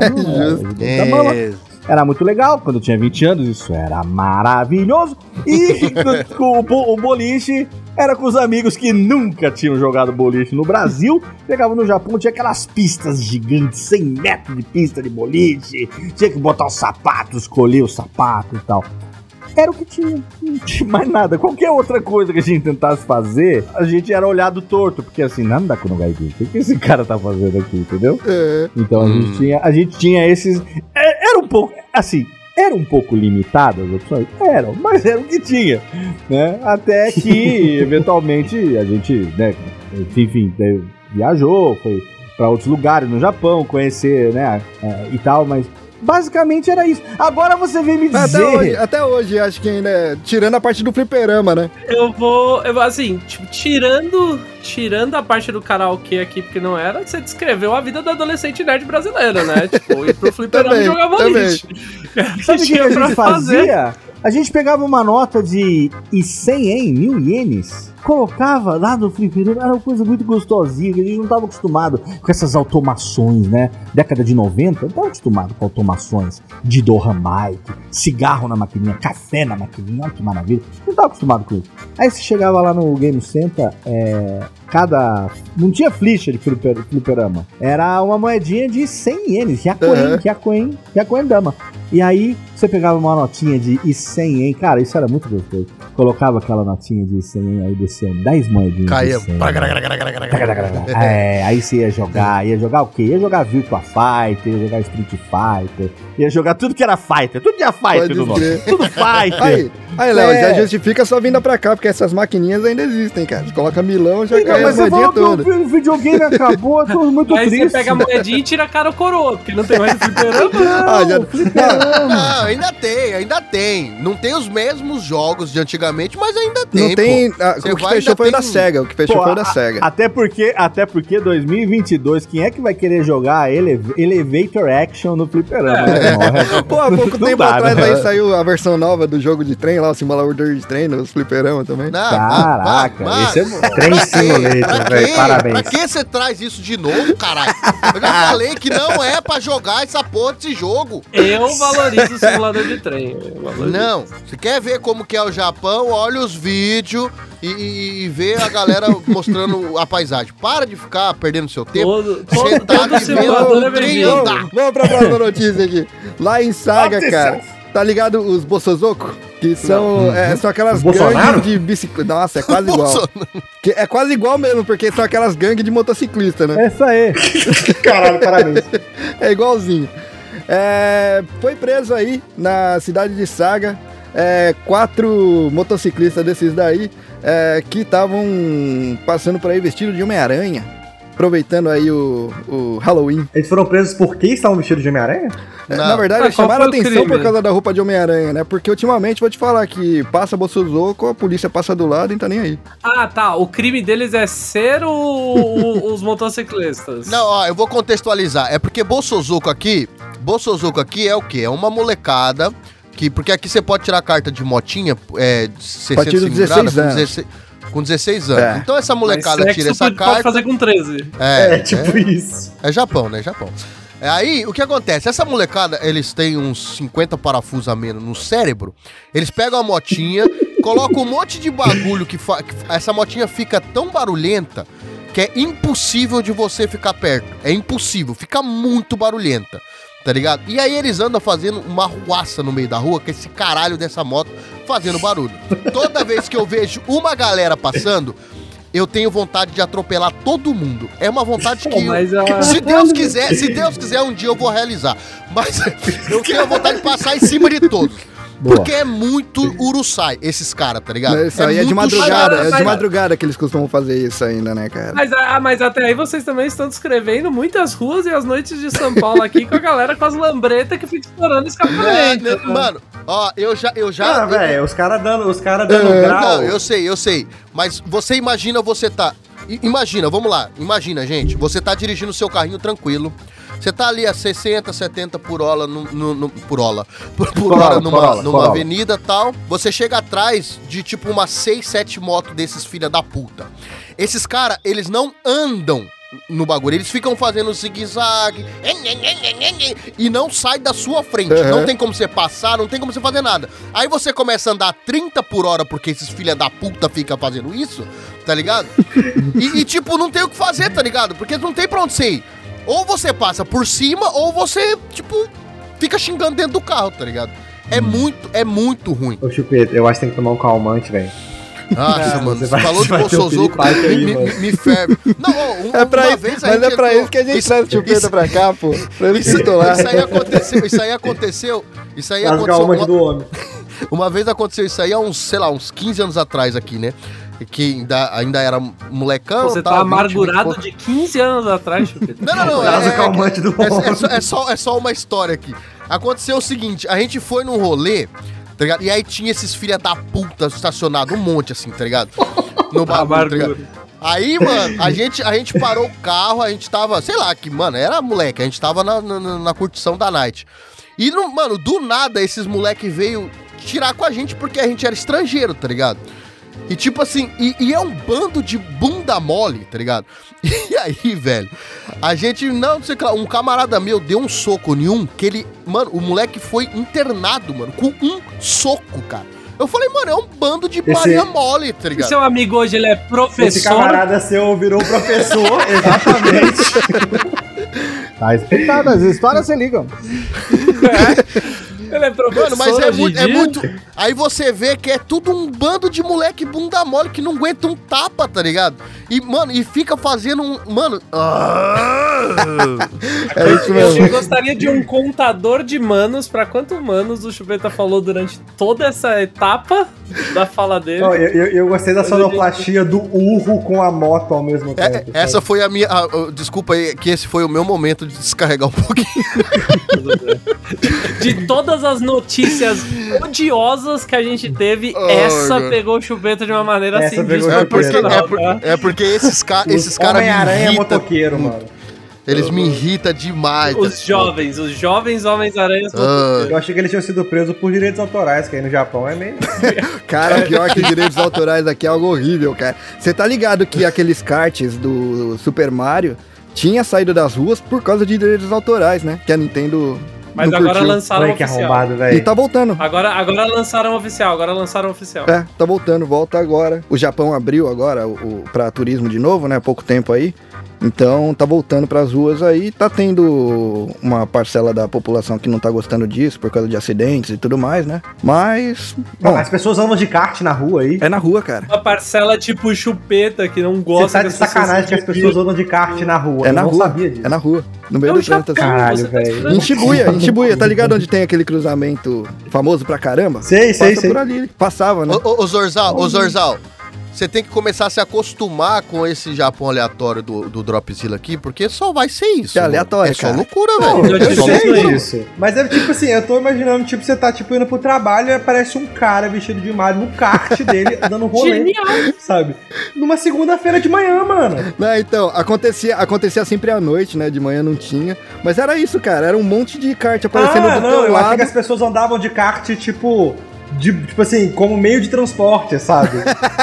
Era muito legal, quando eu tinha 20 anos, isso era maravilhoso. E o boliche era com os amigos que nunca tinham jogado boliche no Brasil. Chegavam no Japão, tinha aquelas pistas gigantes, 100 metros de pista de boliche. Tinha que botar os sapatos, escolher o sapato e tal. Era o que tinha, não tinha mais nada. Qualquer outra coisa que a gente tentasse fazer, a gente era olhado torto, porque assim, não dá com o Gaidinho. O que esse cara tá fazendo aqui, entendeu? Então a gente tinha esses... Era um pouco, assim, era um pouco limitado as opções? Eram, mas era o que tinha, né? Até que, eventualmente, a gente, né, enfim, viajou, foi pra outros lugares no Japão, conhecer, né, e tal, mas... Basicamente era isso. Agora você vem me dizer... Até hoje, acho que ainda... Tirando a parte do fliperama, né? Eu assim, tipo, tirando a parte do karaokê aqui, porque não era, você descreveu a vida do adolescente nerd brasileiro, né? Tipo, ir pro fliperama e jogar boliche. Sabe o que a gente fazia? A gente pegava uma nota de 100 ien, 1.000 ienes, colocava lá no fliperama, era uma coisa muito gostosinha, que a gente não estava acostumado com essas automações, né? Década de 90, não estava acostumado com automações de Doha Mike, cigarro na maquininha, café na maquininha, olha que maravilha. Não estava acostumado com isso. Aí você chegava lá no Game Center, não tinha ficha de fliperama, era uma moedinha de 100 ienes, Hyakuen Dama. E aí você pegava uma notinha de 100 ien, cara, isso era muito gostoso. Colocava aquela notinha de 100 ien, aí descia 10 moedinhas. Caía. Aí você ia jogar o quê? Ia jogar Virtua Fighter, ia jogar Street Fighter, ia jogar tudo que era Fighter, tudo tinha Fighter do nome. Tudo Fighter. Aí, Léo, já justifica a sua vinda pra cá, porque essas maquininhas ainda existem, cara. Você coloca milão, já cai a moedinha toda. O videogame acabou, eu tô muito triste. Aí você pega a moedinha e tira a cara ou coroa, porque não tem mais fliperama. Não, ainda tem. Não tem os mesmos jogos de antigamente, mas ainda tem. Não tem. O que fechou foi da SEGA. O que fechou foi da SEGA. Até porque 2022, quem é que vai querer jogar Elevator Action no fliperama? Pô, há pouco tempo atrás aí saiu a versão nova do jogo de trem lá, o simulador de trem nos fliperama também. Caraca, esse é bom. Trem Simulator, velho, parabéns. Pra que você traz isso de novo, caralho? Eu já falei que não é pra jogar essa porra desse jogo. Eu valorizo o simulador de trem. Não, você quer ver como que é o Japão, olha os vídeos e vê a galera mostrando a paisagem. Para de ficar perdendo seu tempo. Todo simulador é bem-vindo. Vamos pra próxima notícia aqui. Lá em Saga, cara, tá ligado os Bosozoku? Que são, são aquelas gangues de bicicleta. Nossa, é quase igual. É quase igual mesmo, porque são aquelas gangues de motociclista, né? Essa aí. Caralho, parabéns. É igualzinho. Foi preso aí na cidade de Saga 4 motociclistas desses daí que estavam passando por aí vestidos de Homem-Aranha, aproveitando aí o Halloween. Eles foram presos porque estavam vestidos de Homem-Aranha? Na verdade, eles chamaram a atenção por causa da roupa de Homem-Aranha, né? Porque ultimamente, vou te falar que passa Bosozoku, a polícia passa do lado e não tá nem aí. Ah, tá. O crime deles é ser os motociclistas. Não, ó, eu vou contextualizar. É porque Bosozoku aqui é o quê? É uma molecada porque aqui você pode tirar a carta de motinha, 60 cilindrada, com 16 anos. Então essa molecada tira essa carta. Pode fazer com 13. Tipo isso. É Japão, né? Japão. Aí, o que acontece? Essa molecada, eles têm uns 50 parafusos a menos no cérebro. Eles pegam a motinha, colocam um monte de bagulho que essa motinha fica tão barulhenta que é impossível de você ficar perto. É impossível, fica muito barulhenta. Tá ligado? E aí eles andam fazendo uma ruaça no meio da rua com esse caralho dessa moto fazendo barulho. Toda vez que eu vejo uma galera passando, eu tenho vontade de atropelar todo mundo. É uma vontade que, se Deus quiser, um dia eu vou realizar. Mas eu tenho vontade de passar em cima de todos. Boa. Porque é muito uruçai, esses caras, tá ligado? Isso aí é de madrugada, de madrugada que eles costumam fazer isso ainda, né, cara? Mas até aí vocês também estão descrevendo muitas ruas e as noites de São Paulo aqui com a galera com as lambretas que fica estourando escapamento. Mano, ó, eu já... Ah, velho, os caras dando grau. Não, eu sei. Mas você imagina você tá Imagina, vamos lá. Imagina, gente. Você tá dirigindo o seu carrinho tranquilo. Você tá ali a 60, 70 por hora numa avenida e tal. Você chega atrás de tipo umas 6, 7 motos desses filha da puta. Esses caras, eles não andam no bagulho. Eles ficam fazendo zigue-zague e não sai da sua frente. Não tem como você passar, não tem como você fazer nada. Aí você começa a andar 30 por hora porque esses filha da puta ficam fazendo isso, tá ligado? E tipo, não tem o que fazer, tá ligado? Porque não tem pra onde você ir. Ou você passa por cima, ou você, tipo, fica xingando dentro do carro, tá ligado? É muito ruim. Ô, Chupeta, eu acho que tem que tomar um calmante, velho. Nossa, mano, você falou de Bolsozoco, me ferve. Não, é pra isso que a gente traz o Chupeta pra cá, pô. Pra ele pistolar. Isso aí aconteceu. Calmante do homem. Uma vez aconteceu isso aí há uns 15 anos atrás aqui, né? Que ainda era molecão. Você tá amargurado de 15 anos atrás, Chupeta. Não. Calmante do homem. É só uma história aqui. Aconteceu o seguinte, a gente foi num rolê, tá ligado? E aí tinha esses filha da puta estacionados, um monte assim, tá ligado? No bagulho, tá ligado? Aí, mano, a gente parou o carro, a gente tava, sei lá, que, mano, era moleque, a gente tava na curtição da night. E, mano, do nada, esses moleque veio tirar com a gente porque a gente era estrangeiro, tá ligado? E tipo assim, e é um bando de bunda mole, tá ligado? E aí, velho, a gente, não sei lá, um camarada meu deu um soco em um que ele, mano, o moleque foi internado, mano, com um soco, cara. Eu falei, mano, é um bando de Maria mole, tá ligado? Seu amigo hoje, ele é professor. Esse camarada seu virou professor, exatamente. Tá explicado, as histórias se ligam. Ele é professor. Mano, mas é muito. Aí você vê que é tudo um bando de moleque bunda mole que não aguenta um tapa, tá ligado? E, mano, e fica fazendo um. Mano. É isso mesmo. Eu gostaria de um contador de manos pra quantos manos o Chupeta falou durante toda essa etapa da fala dele. Não, eu gostei da sonoplastia do urro com a moto ao mesmo tempo. Essa foi a minha. Desculpa aí, que esse foi o meu momento de descarregar um pouquinho. De todas as notícias odiosas que a gente teve, essa pegou o Chupeta de uma maneira Essa assim pegou desproporcional. É porque esses caras me Homem-Aranha irritam. motoqueiro, mano. Eles me irritam demais. Os jovens Homens-Aranhas motoqueiros. Eu achei que eles tinham sido presos por direitos autorais, que aí no Japão é meio... Cara, pior que direitos autorais aqui é algo horrível, cara. Você tá ligado que aqueles karts do Super Mario tinha saído das ruas por causa de direitos autorais, né? Que a Nintendo... Mas não agora curtiu. lançaram Olha que oficial. arrombado, E velho. tá voltando. Agora lançaram oficial. É, tá voltando, volta agora. O Japão abriu agora pra turismo de novo, né? Há pouco tempo aí. Então tá voltando pras ruas aí. Tá tendo uma parcela da população que não tá gostando disso por causa de acidentes e tudo mais, né? Mas... Bom, As pessoas andam de kart na rua aí. é na rua, cara. Uma parcela tipo Chupeta que não Você gosta tá de sacanagem que as pessoas andam de kart na rua. É Eu na não rua. sabia disso. É na rua. No meio É o do trânsito, Japão, assim. Caralho, você tá velho. estranho. Em Shibuya, tá ligado onde tem aquele cruzamento famoso pra caramba? Sei. Passa por ali, passava, né? Ô Zorzal, você tem que começar a se acostumar com esse Japão aleatório do Dropzilla aqui, porque só vai ser isso. É aleatório, É só cara. loucura, Não, velho. eu É só sei loucura. disso. Mas é tipo assim, eu tô imaginando, tipo, você tá tipo indo pro trabalho e aparece um cara vestido de Mario no kart dele, dando rolê. Genial. Sabe? Numa segunda-feira de manhã, mano. Não, então, acontecia sempre à noite, né? De manhã não tinha. Mas era isso, cara. Era um monte de kart aparecendo do teu eu achei lado. que as pessoas andavam de kart, tipo assim, como meio de transporte, sabe?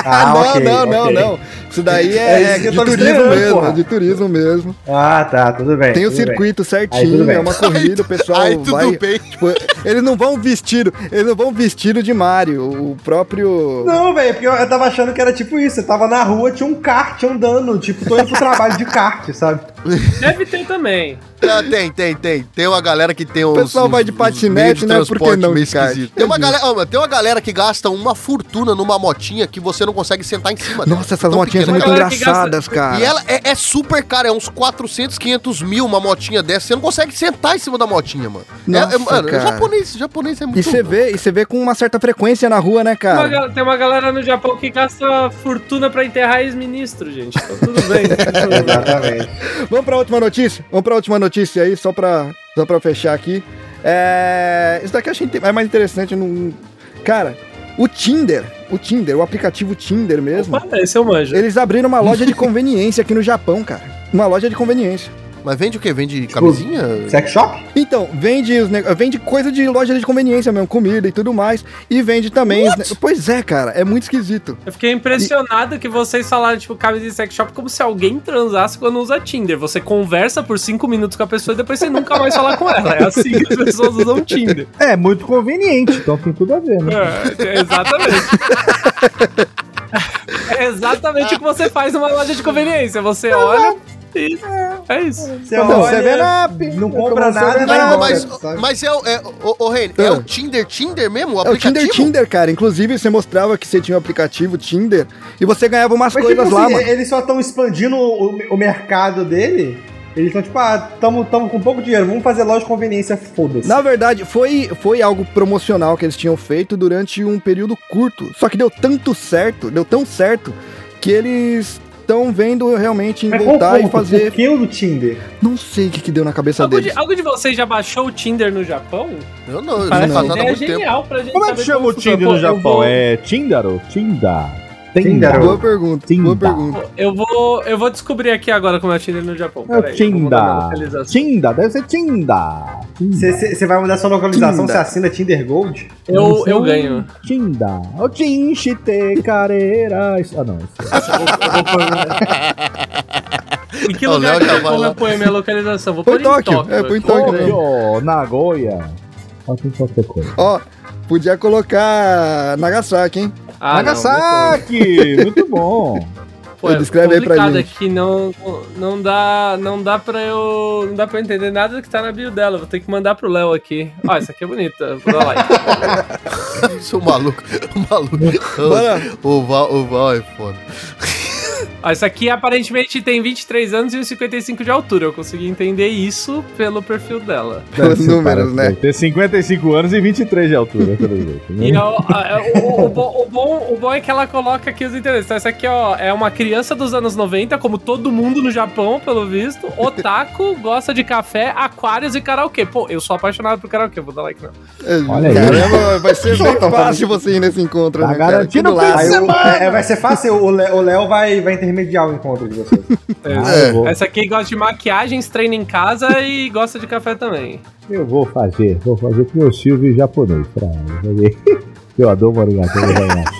Não. Isso daí É isso que é eu de tô me turismo estranhando, mesmo, porra. é de turismo mesmo. Ah, tá, tudo bem. Tem o tudo bem. circuito Aí, certinho, tudo bem. é uma corrida, o pessoal Aí tudo vai... bem. Tipo, eles não vão vestido de Mario, o próprio... Não, velho, porque eu tava achando que era tipo isso. Você tava na rua, tinha um kart andando, tipo, tô indo pro trabalho de kart, sabe? Deve ter também. Ah, tem. Tem uma galera que tem uns. O pessoal vai de patinete, né? Por que não de kart? Tem uma galera que gasta uma fortuna numa motinha que você não consegue sentar em cima dela. Nossa, essas Tão motinhas são pequena. muito Galera que gasta- engraçadas, cara. E ela é super cara, é uns 400, 500 mil uma motinha dessa. Você não consegue sentar em cima da motinha, mano. Nossa, mano, cara. japonês é muito E você vê com uma certa frequência na rua, né, cara? Tem uma galera no Japão que gasta fortuna pra enterrar ex-ministro, gente. Tá tudo bem. Exatamente. Vamos pra última notícia? Vamos pra última notícia aí, só pra fechar aqui. Isso daqui eu achei mais interessante. Cara, o Tinder o Tinder, o aplicativo Tinder mesmo. Opa, esse eu manjo. Eles abriram uma loja de conveniência aqui no Japão, cara. Uma loja de conveniência. Mas vende o quê? Vende camisinha? Sex shop? Então, vende coisa de loja de conveniência mesmo, comida e tudo mais. E vende também... Pois é, cara, é muito esquisito. Eu fiquei impressionado que vocês falaram, tipo, camisa de sex shop como se alguém transasse quando usa Tinder. Você conversa por 5 minutos com a pessoa e depois você nunca mais fala com ela. É assim que as pessoas usam Tinder. É muito conveniente, então tem tudo a ver, né? Exatamente. É exatamente o que você faz numa loja de conveniência. Você olha e é isso. Você Não, olha, 7-Up, não compra tomar nada, 7-Up. não. Mas o Reni, é o Tinder mesmo? O É o aplicativo? Tinder, cara. Inclusive, você mostrava que você tinha um aplicativo Tinder e você ganhava umas Mas coisas tipo lá, assim, mano. eles só estão expandindo o mercado dele. Eles estão tipo, tamo com pouco dinheiro, vamos fazer loja de conveniência, foda-se. Na verdade, foi algo promocional que eles tinham feito durante um período curto. Só que deu tão certo, que eles estão vendo realmente em Mas voltar qual e ponto? fazer... Por que o do Tinder? Não sei o que deu na cabeça deles. Algo de vocês já baixou o Tinder no Japão? Eu não, eu Parece não uma faço nada há ideia muito tempo. genial pra gente Como é que saber chama o funciona. Tinder Pô, no eu Japão? vou- É Tinder ou Tinder? Tinder. Boa pergunta, Tinder. boa pergunta. Eu vou descobrir aqui agora como é o Tinder no Japão. É o Peraí, eu vou mudar minha Tinder. localização. Tinder, deve ser Tinder. Você vai mudar sua localização, Tinder. você assina Tinder Gold? Eu ganho. Tinder. O Tinchite Careiras. Ah, não. Em que O lugar Léo que já eu vai vou lá. pôr a minha localização? Vou Põe pôr Tóquio, em Tóquio. põe Tóquio mesmo. Tokyo, Nagoya. Pode ser qualquer coisa. Ó, podia colocar Nagasaki, hein? Ah, Nagasaki! Muito bom. Pô, Descreve aí pra complicado gente. aqui, não dá pra eu entender nada do que tá na bio dela. Vou ter que mandar pro Léo aqui. Ó, essa aqui é bonita. Vou dar like. Sou maluco. Bora. O Val é foda. Ó, essa aqui aparentemente tem 23 anos e 1,55 de altura. Eu consegui entender isso pelo perfil dela. Os números, né? Tem 55 anos e 23 de altura, pelo jeito. E Né? o bom é que ela coloca aqui os interesses. Então, essa aqui, ó, é uma criança dos anos 90, como todo mundo no Japão, pelo visto. Otaku, gosta de café, aquários e karaokê. Pô, eu sou apaixonado por karaokê, vou dar like não. Olha aí. Caramba, vai ser bem fácil você ir nesse encontro, Tá né, cara? garantido Aqui do lado. Aí vai ser fácil, o Léo vai intermediar o encontro de vocês. Eu vou- Essa aqui gosta de maquiagens, treina em casa e gosta de café também. Eu vou fazer com meu Silvio japonês pra ver. Eu adoro Marigato, eu vou ganhar.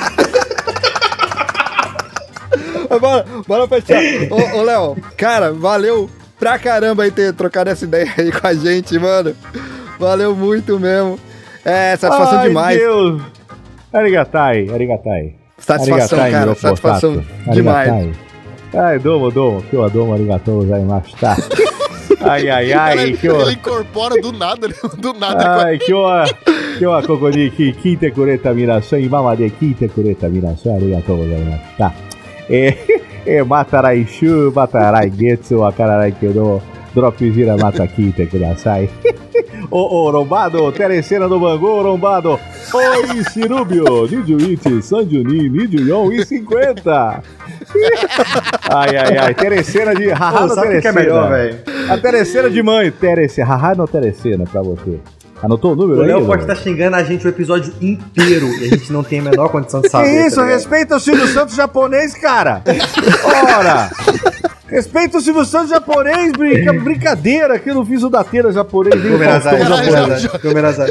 Tá. Bora fechar. Ô, Léo, cara, valeu pra caramba aí ter trocado essa ideia aí com a gente, mano. Valeu muito mesmo. É, satisfação demais. Deus. Arigatai. Satisfação, Arigatai, cara, meu satisfação potato. demais. Arigatai. Ai, domo, que eu adoro arigatou gozaimasu, tá? Ai, Cara, que eu... ele incorpora do nada. Do nada. Ai, que eu kokoni kinte kureta minasan, imama de kinte kureta minasan, arigatou gozaimasu, tá? Matarai shu, matarai getsu, wakararai kedo, dropzira mata kinte kudasai. Ô, Rombado, telecena do Bangu, Rombado. Oi, Cirúbio, Nijuichi, Sanjuni, Nijuyon e 50. Ai, telecena de haha no Sabe o que é telecena. melhor, velho? A telecena de mãe, telecena, haha no telecena pra você. Anotou o número O aí? Léo pode Léo? estar xingando a gente o episódio inteiro e a gente não tem a menor condição de saber. Que isso? tá ligado? Respeita o Silvio Santos japonês, cara! Ora! Respeita o Silvio Santos japonês, brincadeira, que eu não fiz o Datena japonês, nem o Gomerazai, Faustão Caralho, japonês. Gomerazai.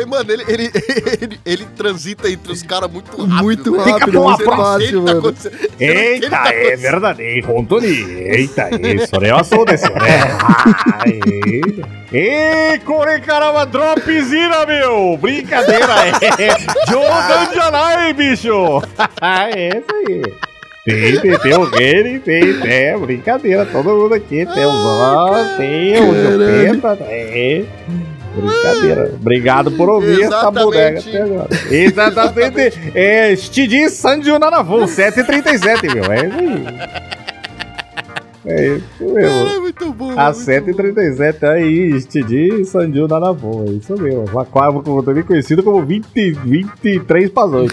Ele transita entre os caras muito rápido. Muito né? rápido, Você muito não fácil, entende o que tá mano. acontecendo. Você não entende o que Eita, tá é acontecendo. verdade, Hontoni. Eita, isso é sou desse, né? Ei, Core caramba, dropzira, meu! Brincadeira, Jogan Janai, bicho! É isso aí. Tem o Gene, tem, brincadeira, todo mundo aqui, tem o Zó, tem o Jupeta, tem. Brincadeira. Obrigado por ouvir essa Exatamente. bodega até agora. Exatamente. Stidi Sanju Nanavon, 7h37, meu. É isso aí. É isso Cara, mesmo. é muito bom. A muito 7h37 aí, Stidi Sanju Nanavon. É isso mesmo. Também conhecido como 23 para as 8.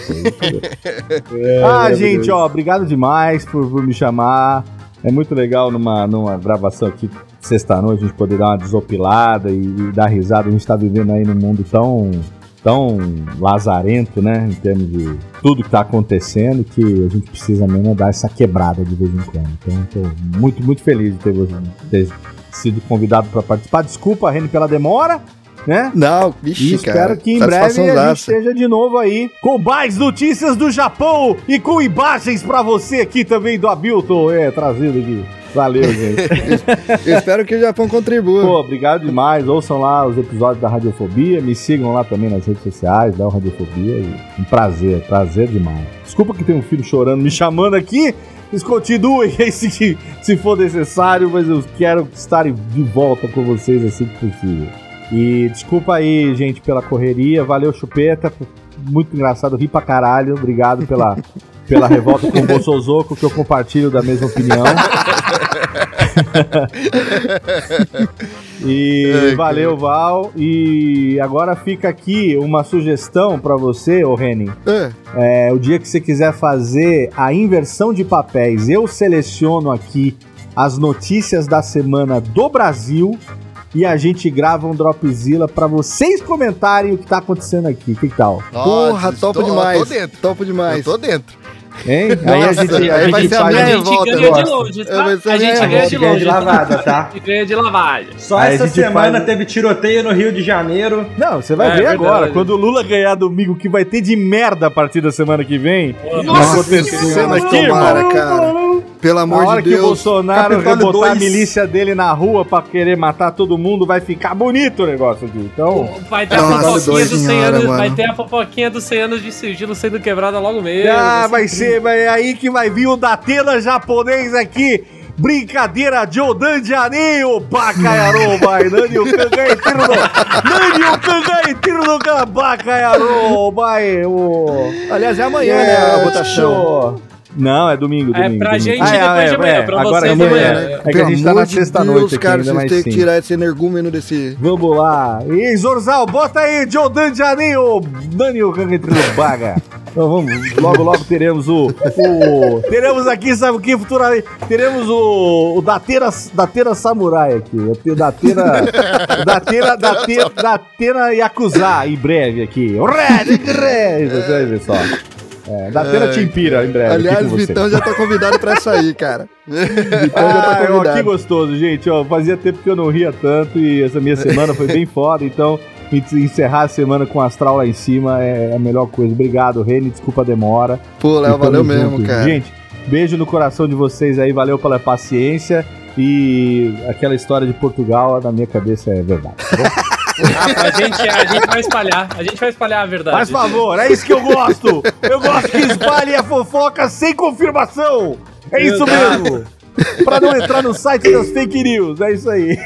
Gente, ó, obrigado demais por me chamar. É muito legal numa gravação aqui sexta-noite a gente poder dar uma desopilada e dar risada. A gente tá vivendo aí num mundo tão lazarento, né, em termos de tudo que tá acontecendo, que a gente precisa mesmo dar essa quebrada de vez em quando. Então, tô muito, muito feliz de ter sido convidado para participar. Desculpa, Reni, pela demora, né? Não, vixe, e espero que em breve a gente esteja de novo aí com mais notícias do Japão e com imagens pra você aqui também do Abilton, trazido aqui. Valeu, gente. Eu espero que o Japão contribua. Pô, obrigado demais. Ouçam lá os episódios da Radiofobia. Me sigam lá também nas redes sociais, da Radiofobia. Um prazer demais. Desculpa que tem um filho chorando, me chamando aqui. Vocês continuem aí se for necessário, mas eu quero estar de volta com vocês assim que possível. E desculpa aí, gente, pela correria. Valeu, Chupeta. Muito engraçado, ri pra caralho. Obrigado pela revolta com o Bolsozoco, que eu compartilho da mesma opinião. E valeu, Val. E agora fica aqui uma sugestão pra você, ô Reni. O dia que você quiser fazer a inversão de papéis, eu seleciono aqui as notícias da semana do Brasil e a gente grava um Dropzilla pra vocês comentarem o que tá acontecendo aqui. Que tal? Porra, topo demais. Topo demais. Eu tô dentro. Hein? Aí a gente vai ser a minha revolta. A gente ganha de longe, tá? A gente ganha de longe. De lavada, tá? A gente ganha de lavagem. Só essa semana teve tiroteio no Rio de Janeiro. Não, você vai ver agora. Quando o Lula ganhar domingo, que vai ter de merda a partir da semana que vem. Nossa, acontecendo aqui, tomara, cara. Pelo amor de Deus. Na hora que o Bolsonaro vai botar a milícia dele na rua pra querer matar todo mundo, vai ficar bonito o negócio aqui. Então... Vai ter a fofoquinha dos 100 anos, vai ter a fofoquinha dos 100 anos de sigilo sendo quebrada logo mesmo. Vai ser aí que vai vir o Datena japonês aqui. Brincadeira de Odandianinho, Bacaiarô, vai. Nani o Kangaetiro no Bacaiarô, vai. Aliás, é amanhã, né, a votação. Não, é domingo. Pra gente depois de amanhã, pra agora vocês amanhã. amanhã. É que a gente tá na sexta-noite aqui, cara, ainda mais vocês têm que tirar esse energúmeno desse... Vamos lá. E Zorzal, bota aí, Odandianinho, Nani o Kangaetiro no Baga. Então vamos, logo teremos teremos aqui, sabe o que, futuramente? Teremos o Datena Samurai aqui. Datena Yakuza em breve aqui. Você vai ver só. Datena Timpira em breve. Aliás, Vitão já tá convidado pra sair, cara. Vitão já tá convidado. Que gostoso, gente. Fazia tempo que eu não ria tanto e essa minha semana foi bem foda, então... encerrar a semana com o astral lá em cima é a melhor coisa. Obrigado, Reni, desculpa a demora. Pô, Léo, valeu mesmo, cara. Gente, beijo no coração de vocês aí, valeu pela paciência. E aquela história de Portugal, na minha cabeça, é verdade, tá bom? A gente vai espalhar a verdade. Faz favor, é isso que eu gosto. Eu gosto que espalhe a fofoca sem confirmação. É isso mesmo. Pra não entrar no site das fake news, é isso aí.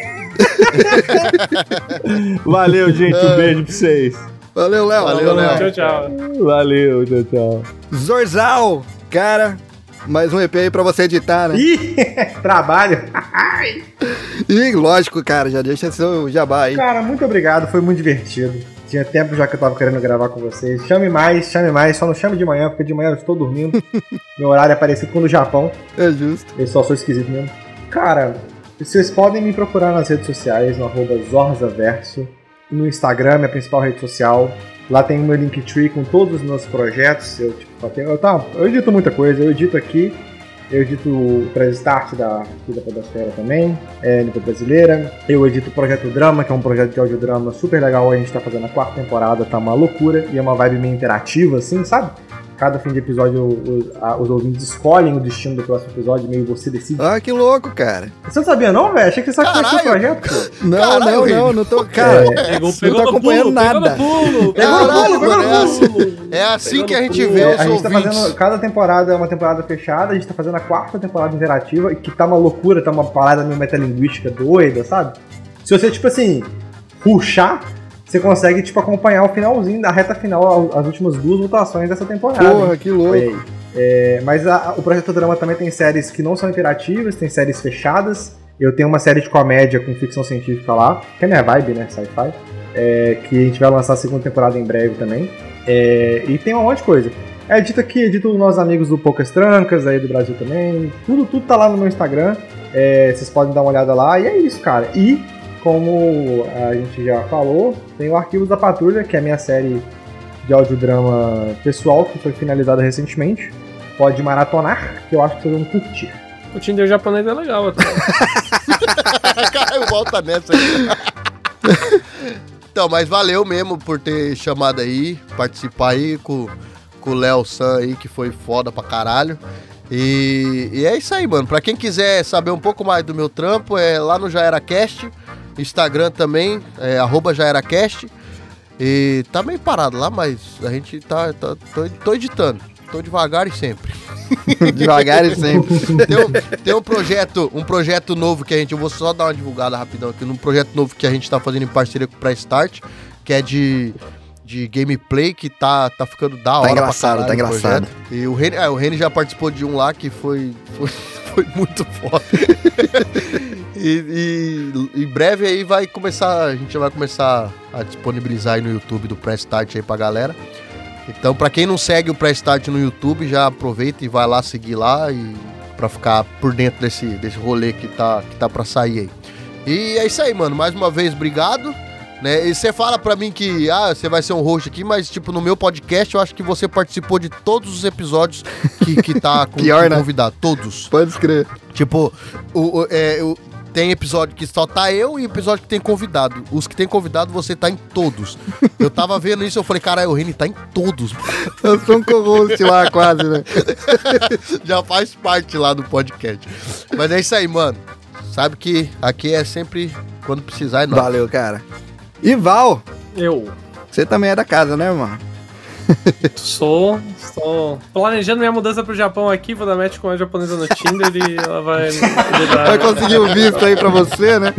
Valeu, gente. Um beijo pra vocês. Valeu, Léo. Valeu, Léo. Tchau. Valeu, tchau. Zorzal, cara, mais um EP aí pra você editar, né? Ih, trabalho. E lógico, cara, já deixa seu jabá aí. Cara, muito obrigado, foi muito divertido. Tinha tempo já que eu tava querendo gravar com vocês. Chame mais, só não chame de manhã, porque de manhã eu estou dormindo. Meu horário é parecido com o do Japão. É justo. Eu só sou esquisito mesmo. Cara, vocês podem me procurar nas redes sociais, no @Zorzaverso. No Instagram, minha principal rede social. Lá tem o meu Linktree com todos os meus projetos. Eu edito muita coisa. Eu edito aqui. Eu edito o Press Start da Podosfera também, Nível Brasileira. Eu edito o Projeto Drama, que é um projeto de audiodrama super legal. A gente tá fazendo a 4ª temporada, tá uma loucura. E é uma vibe meio interativa, assim, sabe? Cada fim de episódio, os ouvintes escolhem o destino do próximo episódio, meio você decide. Ah, que louco, cara. Você não sabia não, velho? Achei que você sabia o projeto, pô. Não tô... Cara, não tô acompanhando nada. É assim que a gente vê os ouvintes. A gente tá fazendo... Cada temporada é uma temporada fechada, a gente tá fazendo a 4ª temporada interativa, que tá uma loucura, tá uma parada meio metalinguística doida, sabe? Se você, tipo assim, puxar... Você consegue, tipo, acompanhar o finalzinho, da reta final, as últimas 2 votações dessa temporada. Porra, que louco. Mas o Projeto Drama também tem séries que não são interativas, tem séries fechadas. Eu tenho uma série de comédia com ficção científica lá, que é minha vibe, né, sci-fi. Que a gente vai lançar a 2ª temporada em breve também. E tem um monte de coisa. Edito os nossos amigos do Poucas Trancas, aí do Brasil também. Tudo tá lá no meu Instagram. Vocês podem dar uma olhada lá. E é isso, cara. E como a gente já falou, tem o Arquivos da Patrulha, que é a minha série de audiodrama pessoal, que foi finalizada recentemente. Pode maratonar, que eu acho que vocês vão curtir. O Tinder japonês é legal até. Cara, volta nessa aí. Então, mas valeu mesmo por ter chamado aí, participar aí com o Léo San aí, que foi foda pra caralho. E é isso aí, mano. Pra quem quiser saber um pouco mais do meu trampo, é lá no JaeraCast, Instagram também, @JaeraCast. E tá meio parado lá, mas a gente tô editando. Tô devagar e sempre. Devagar e sempre. Tem um projeto novo que eu vou só dar uma divulgada rapidão aqui, num projeto novo que a gente tá fazendo em parceria com o Pré-Start, que é de gameplay, que tá ficando da hora. Tá engraçado. E o Reni já participou de um lá que foi muito foda. E em breve aí a gente vai começar a disponibilizar aí no YouTube do Pré-Start aí pra galera. Então, pra quem não segue o Pré-Start no YouTube, já aproveita e vai lá seguir lá pra ficar por dentro desse rolê que tá pra sair aí. E é isso aí, mano. Mais uma vez, obrigado. Né? E você fala pra mim que você vai ser um host aqui, mas tipo, no meu podcast eu acho que você participou de todos os episódios que tá com Pior, né? Convidado. Todos. Pode escrever. Tipo, tem episódio que só tá eu e episódio que tem convidado. Os que tem convidado, você tá em todos. Eu tava vendo isso, eu falei, caralho, o Reni tá em todos. Eu sou um co-host lá quase, né? Já faz parte lá do podcast. Mas é isso aí, mano. Sabe que aqui é sempre quando precisar, é nóis. Valeu, cara. E Val, você também é da casa, né, irmão? Estou planejando minha mudança pro Japão aqui, vou dar match com a japonesa no Tinder e ela vai... Vai conseguir o visto aí pra você, né?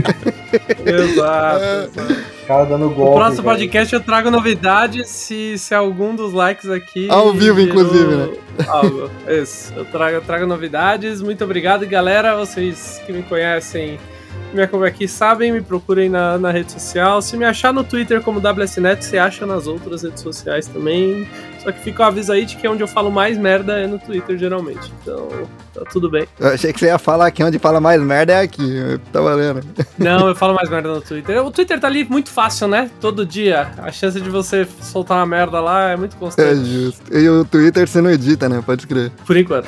Exato. Cara dando golpe. No próximo podcast eu trago novidades, se algum dos likes aqui... Ao vivo, inclusive, né? Algo. Isso, eu trago novidades. Muito obrigado, galera, vocês que me conhecem... Me acompanham aqui, sabem, me procurem na rede social. Se me achar no Twitter como WSNet, você acha nas outras redes sociais também. Só que fica o aviso aí de que onde eu falo mais merda é no Twitter, geralmente. Então, tá tudo bem. Eu achei que você ia falar que onde fala mais merda é aqui. Tá valendo. Não, eu falo mais merda no Twitter. O Twitter tá ali muito fácil, né? Todo dia. A chance de você soltar uma merda lá é muito constante. É justo. E o Twitter você não edita, né? Pode escrever. Por enquanto.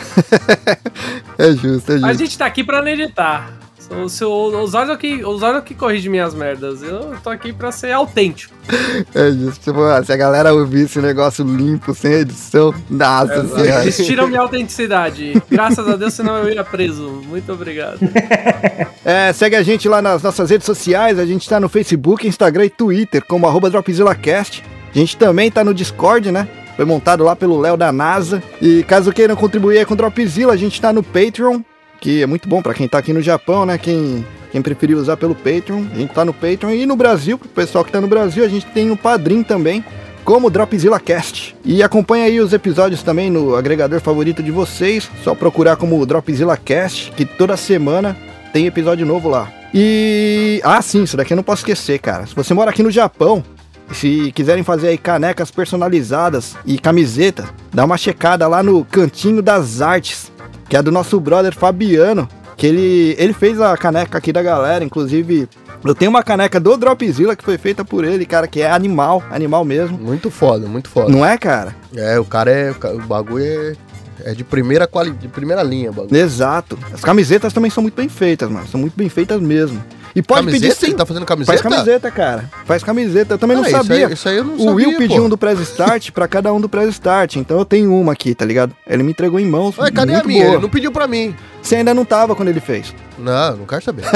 É justo. A gente tá aqui pra não editar. Os olhos que corrigem minhas merdas. Eu tô aqui pra ser autêntico. É justo. Tipo, se a galera ouvir esse negócio limpo, sem edição, nossa senhora. Eles tiram minha autenticidade. Graças a Deus, senão eu ia preso. Muito obrigado. Segue a gente lá nas nossas redes sociais. A gente tá no Facebook, Instagram e Twitter, como @DropzillaCast. A gente também tá no Discord, né? Foi montado lá pelo Léo da NASA. E caso queiram contribuir aí com o Dropzilla, a gente tá no Patreon, que é muito bom pra quem tá aqui no Japão, né? Quem preferir usar pelo Patreon, a gente tá no Patreon. E no Brasil, pro pessoal que tá no Brasil, a gente tem no Padrim também, como DropzillaCast. E acompanha aí os episódios também no agregador favorito de vocês. Só procurar como DropzillaCast, que toda semana tem episódio novo lá. E... sim, isso daqui eu não posso esquecer, cara. Se você mora aqui no Japão, se quiserem fazer aí canecas personalizadas e camisetas, dá uma checada lá no Cantinho das Artes, que é do nosso brother Fabiano, que ele fez a caneca aqui da galera. Inclusive, eu tenho uma caneca do Dropzilla que foi feita por ele, cara, que é animal mesmo. Muito foda, muito foda. Não é, cara? O bagulho é de primeira qualidade, de primeira linha, bagulho. Exato. As camisetas também são muito bem feitas, mano. São muito bem feitas mesmo. E pode camiseta? pedir sim. Tá fazendo camiseta? Faz camiseta, cara. Faz camiseta. Eu também não sabia. Isso aí eu não sabia, o Will pediu um do Press Start pra cada um do Press Start. Então eu tenho uma aqui, tá ligado? Ele me entregou em mãos. Ué, cadê a minha? Boa. Ele não pediu pra mim. Você ainda não tava quando ele fez. Não quero saber.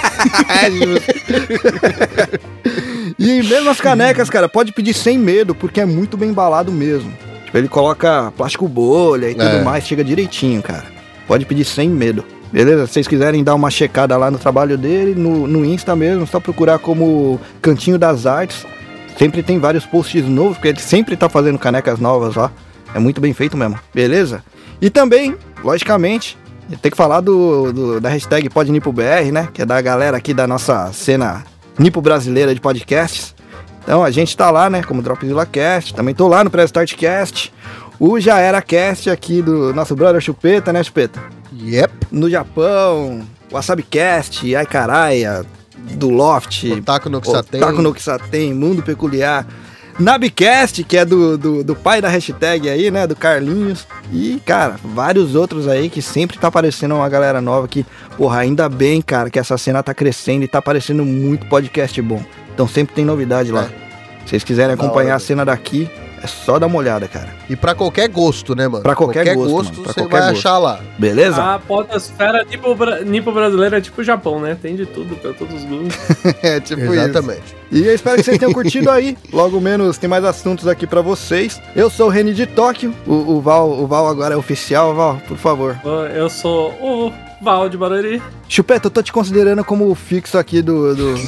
E mesmo as canecas, cara, pode pedir sem medo, porque é muito bem embalado mesmo. Tipo, ele coloca plástico bolha e tudo mais, chega direitinho, cara. Pode pedir sem medo. Beleza? Se vocês quiserem dar uma checada lá no trabalho dele, no Insta mesmo, só procurar como Cantinho das Artes. Sempre tem vários posts novos, porque ele sempre tá fazendo canecas novas lá. É muito bem feito mesmo, beleza? E também, logicamente, tem que falar da hashtag PodNipoBR, né? Que é da galera aqui da nossa cena nipo brasileira de podcasts. Então a gente tá lá, né? Como DropzillaCast, também tô lá no Press Startcast. O JaeraCast aqui do nosso brother Chupeta, né, Chupeta? Yep. No Japão, WasabiCast, Ai Caralho, do Loft, Otaku no Kisaten. Otaku no Kisaten, Mundo Peculiar, Nabcast, que é do pai da hashtag aí, né, do Carlinhos, e, cara, vários outros aí que sempre tá aparecendo uma galera nova que, porra, ainda bem, cara, que essa cena tá crescendo e tá aparecendo muito podcast bom. Então sempre tem novidade lá. Se vocês quiserem acompanhar a cena daqui, é só dar uma olhada, cara. E pra qualquer gosto, né, mano? Pra qualquer gosto, mano, pra você qualquer vai gosto. achar lá. Beleza? A podosfera nipo brasileira é tipo o Japão, né? Tem de tudo, pra todos os gostos. É tipo Exatamente. isso. E eu espero que vocês tenham curtido aí. Logo menos tem mais assuntos aqui pra vocês. Eu sou o Reni de Tóquio. O Val agora é oficial. Val, por favor. Eu sou o Val de Barueri. Chupeta, eu tô te considerando como o fixo aqui do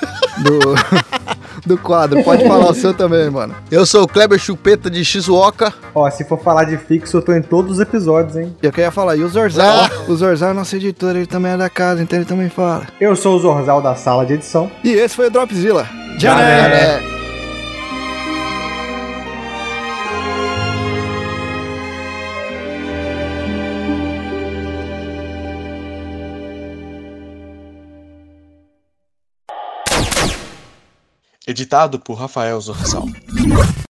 quadro. Pode falar o seu também, mano. Eu sou o Kleber Chupeta de Shizuoka. Ó, se for falar de fixo, eu tô em todos os episódios, hein? Eu queria falar, e o Zorzal? O Zorzal é nosso editor, ele também é da casa, então ele também fala. Eu sou o Zorzal da sala de edição. E esse foi o Dropzilla. Já É. Editado por Rafael Zorzal.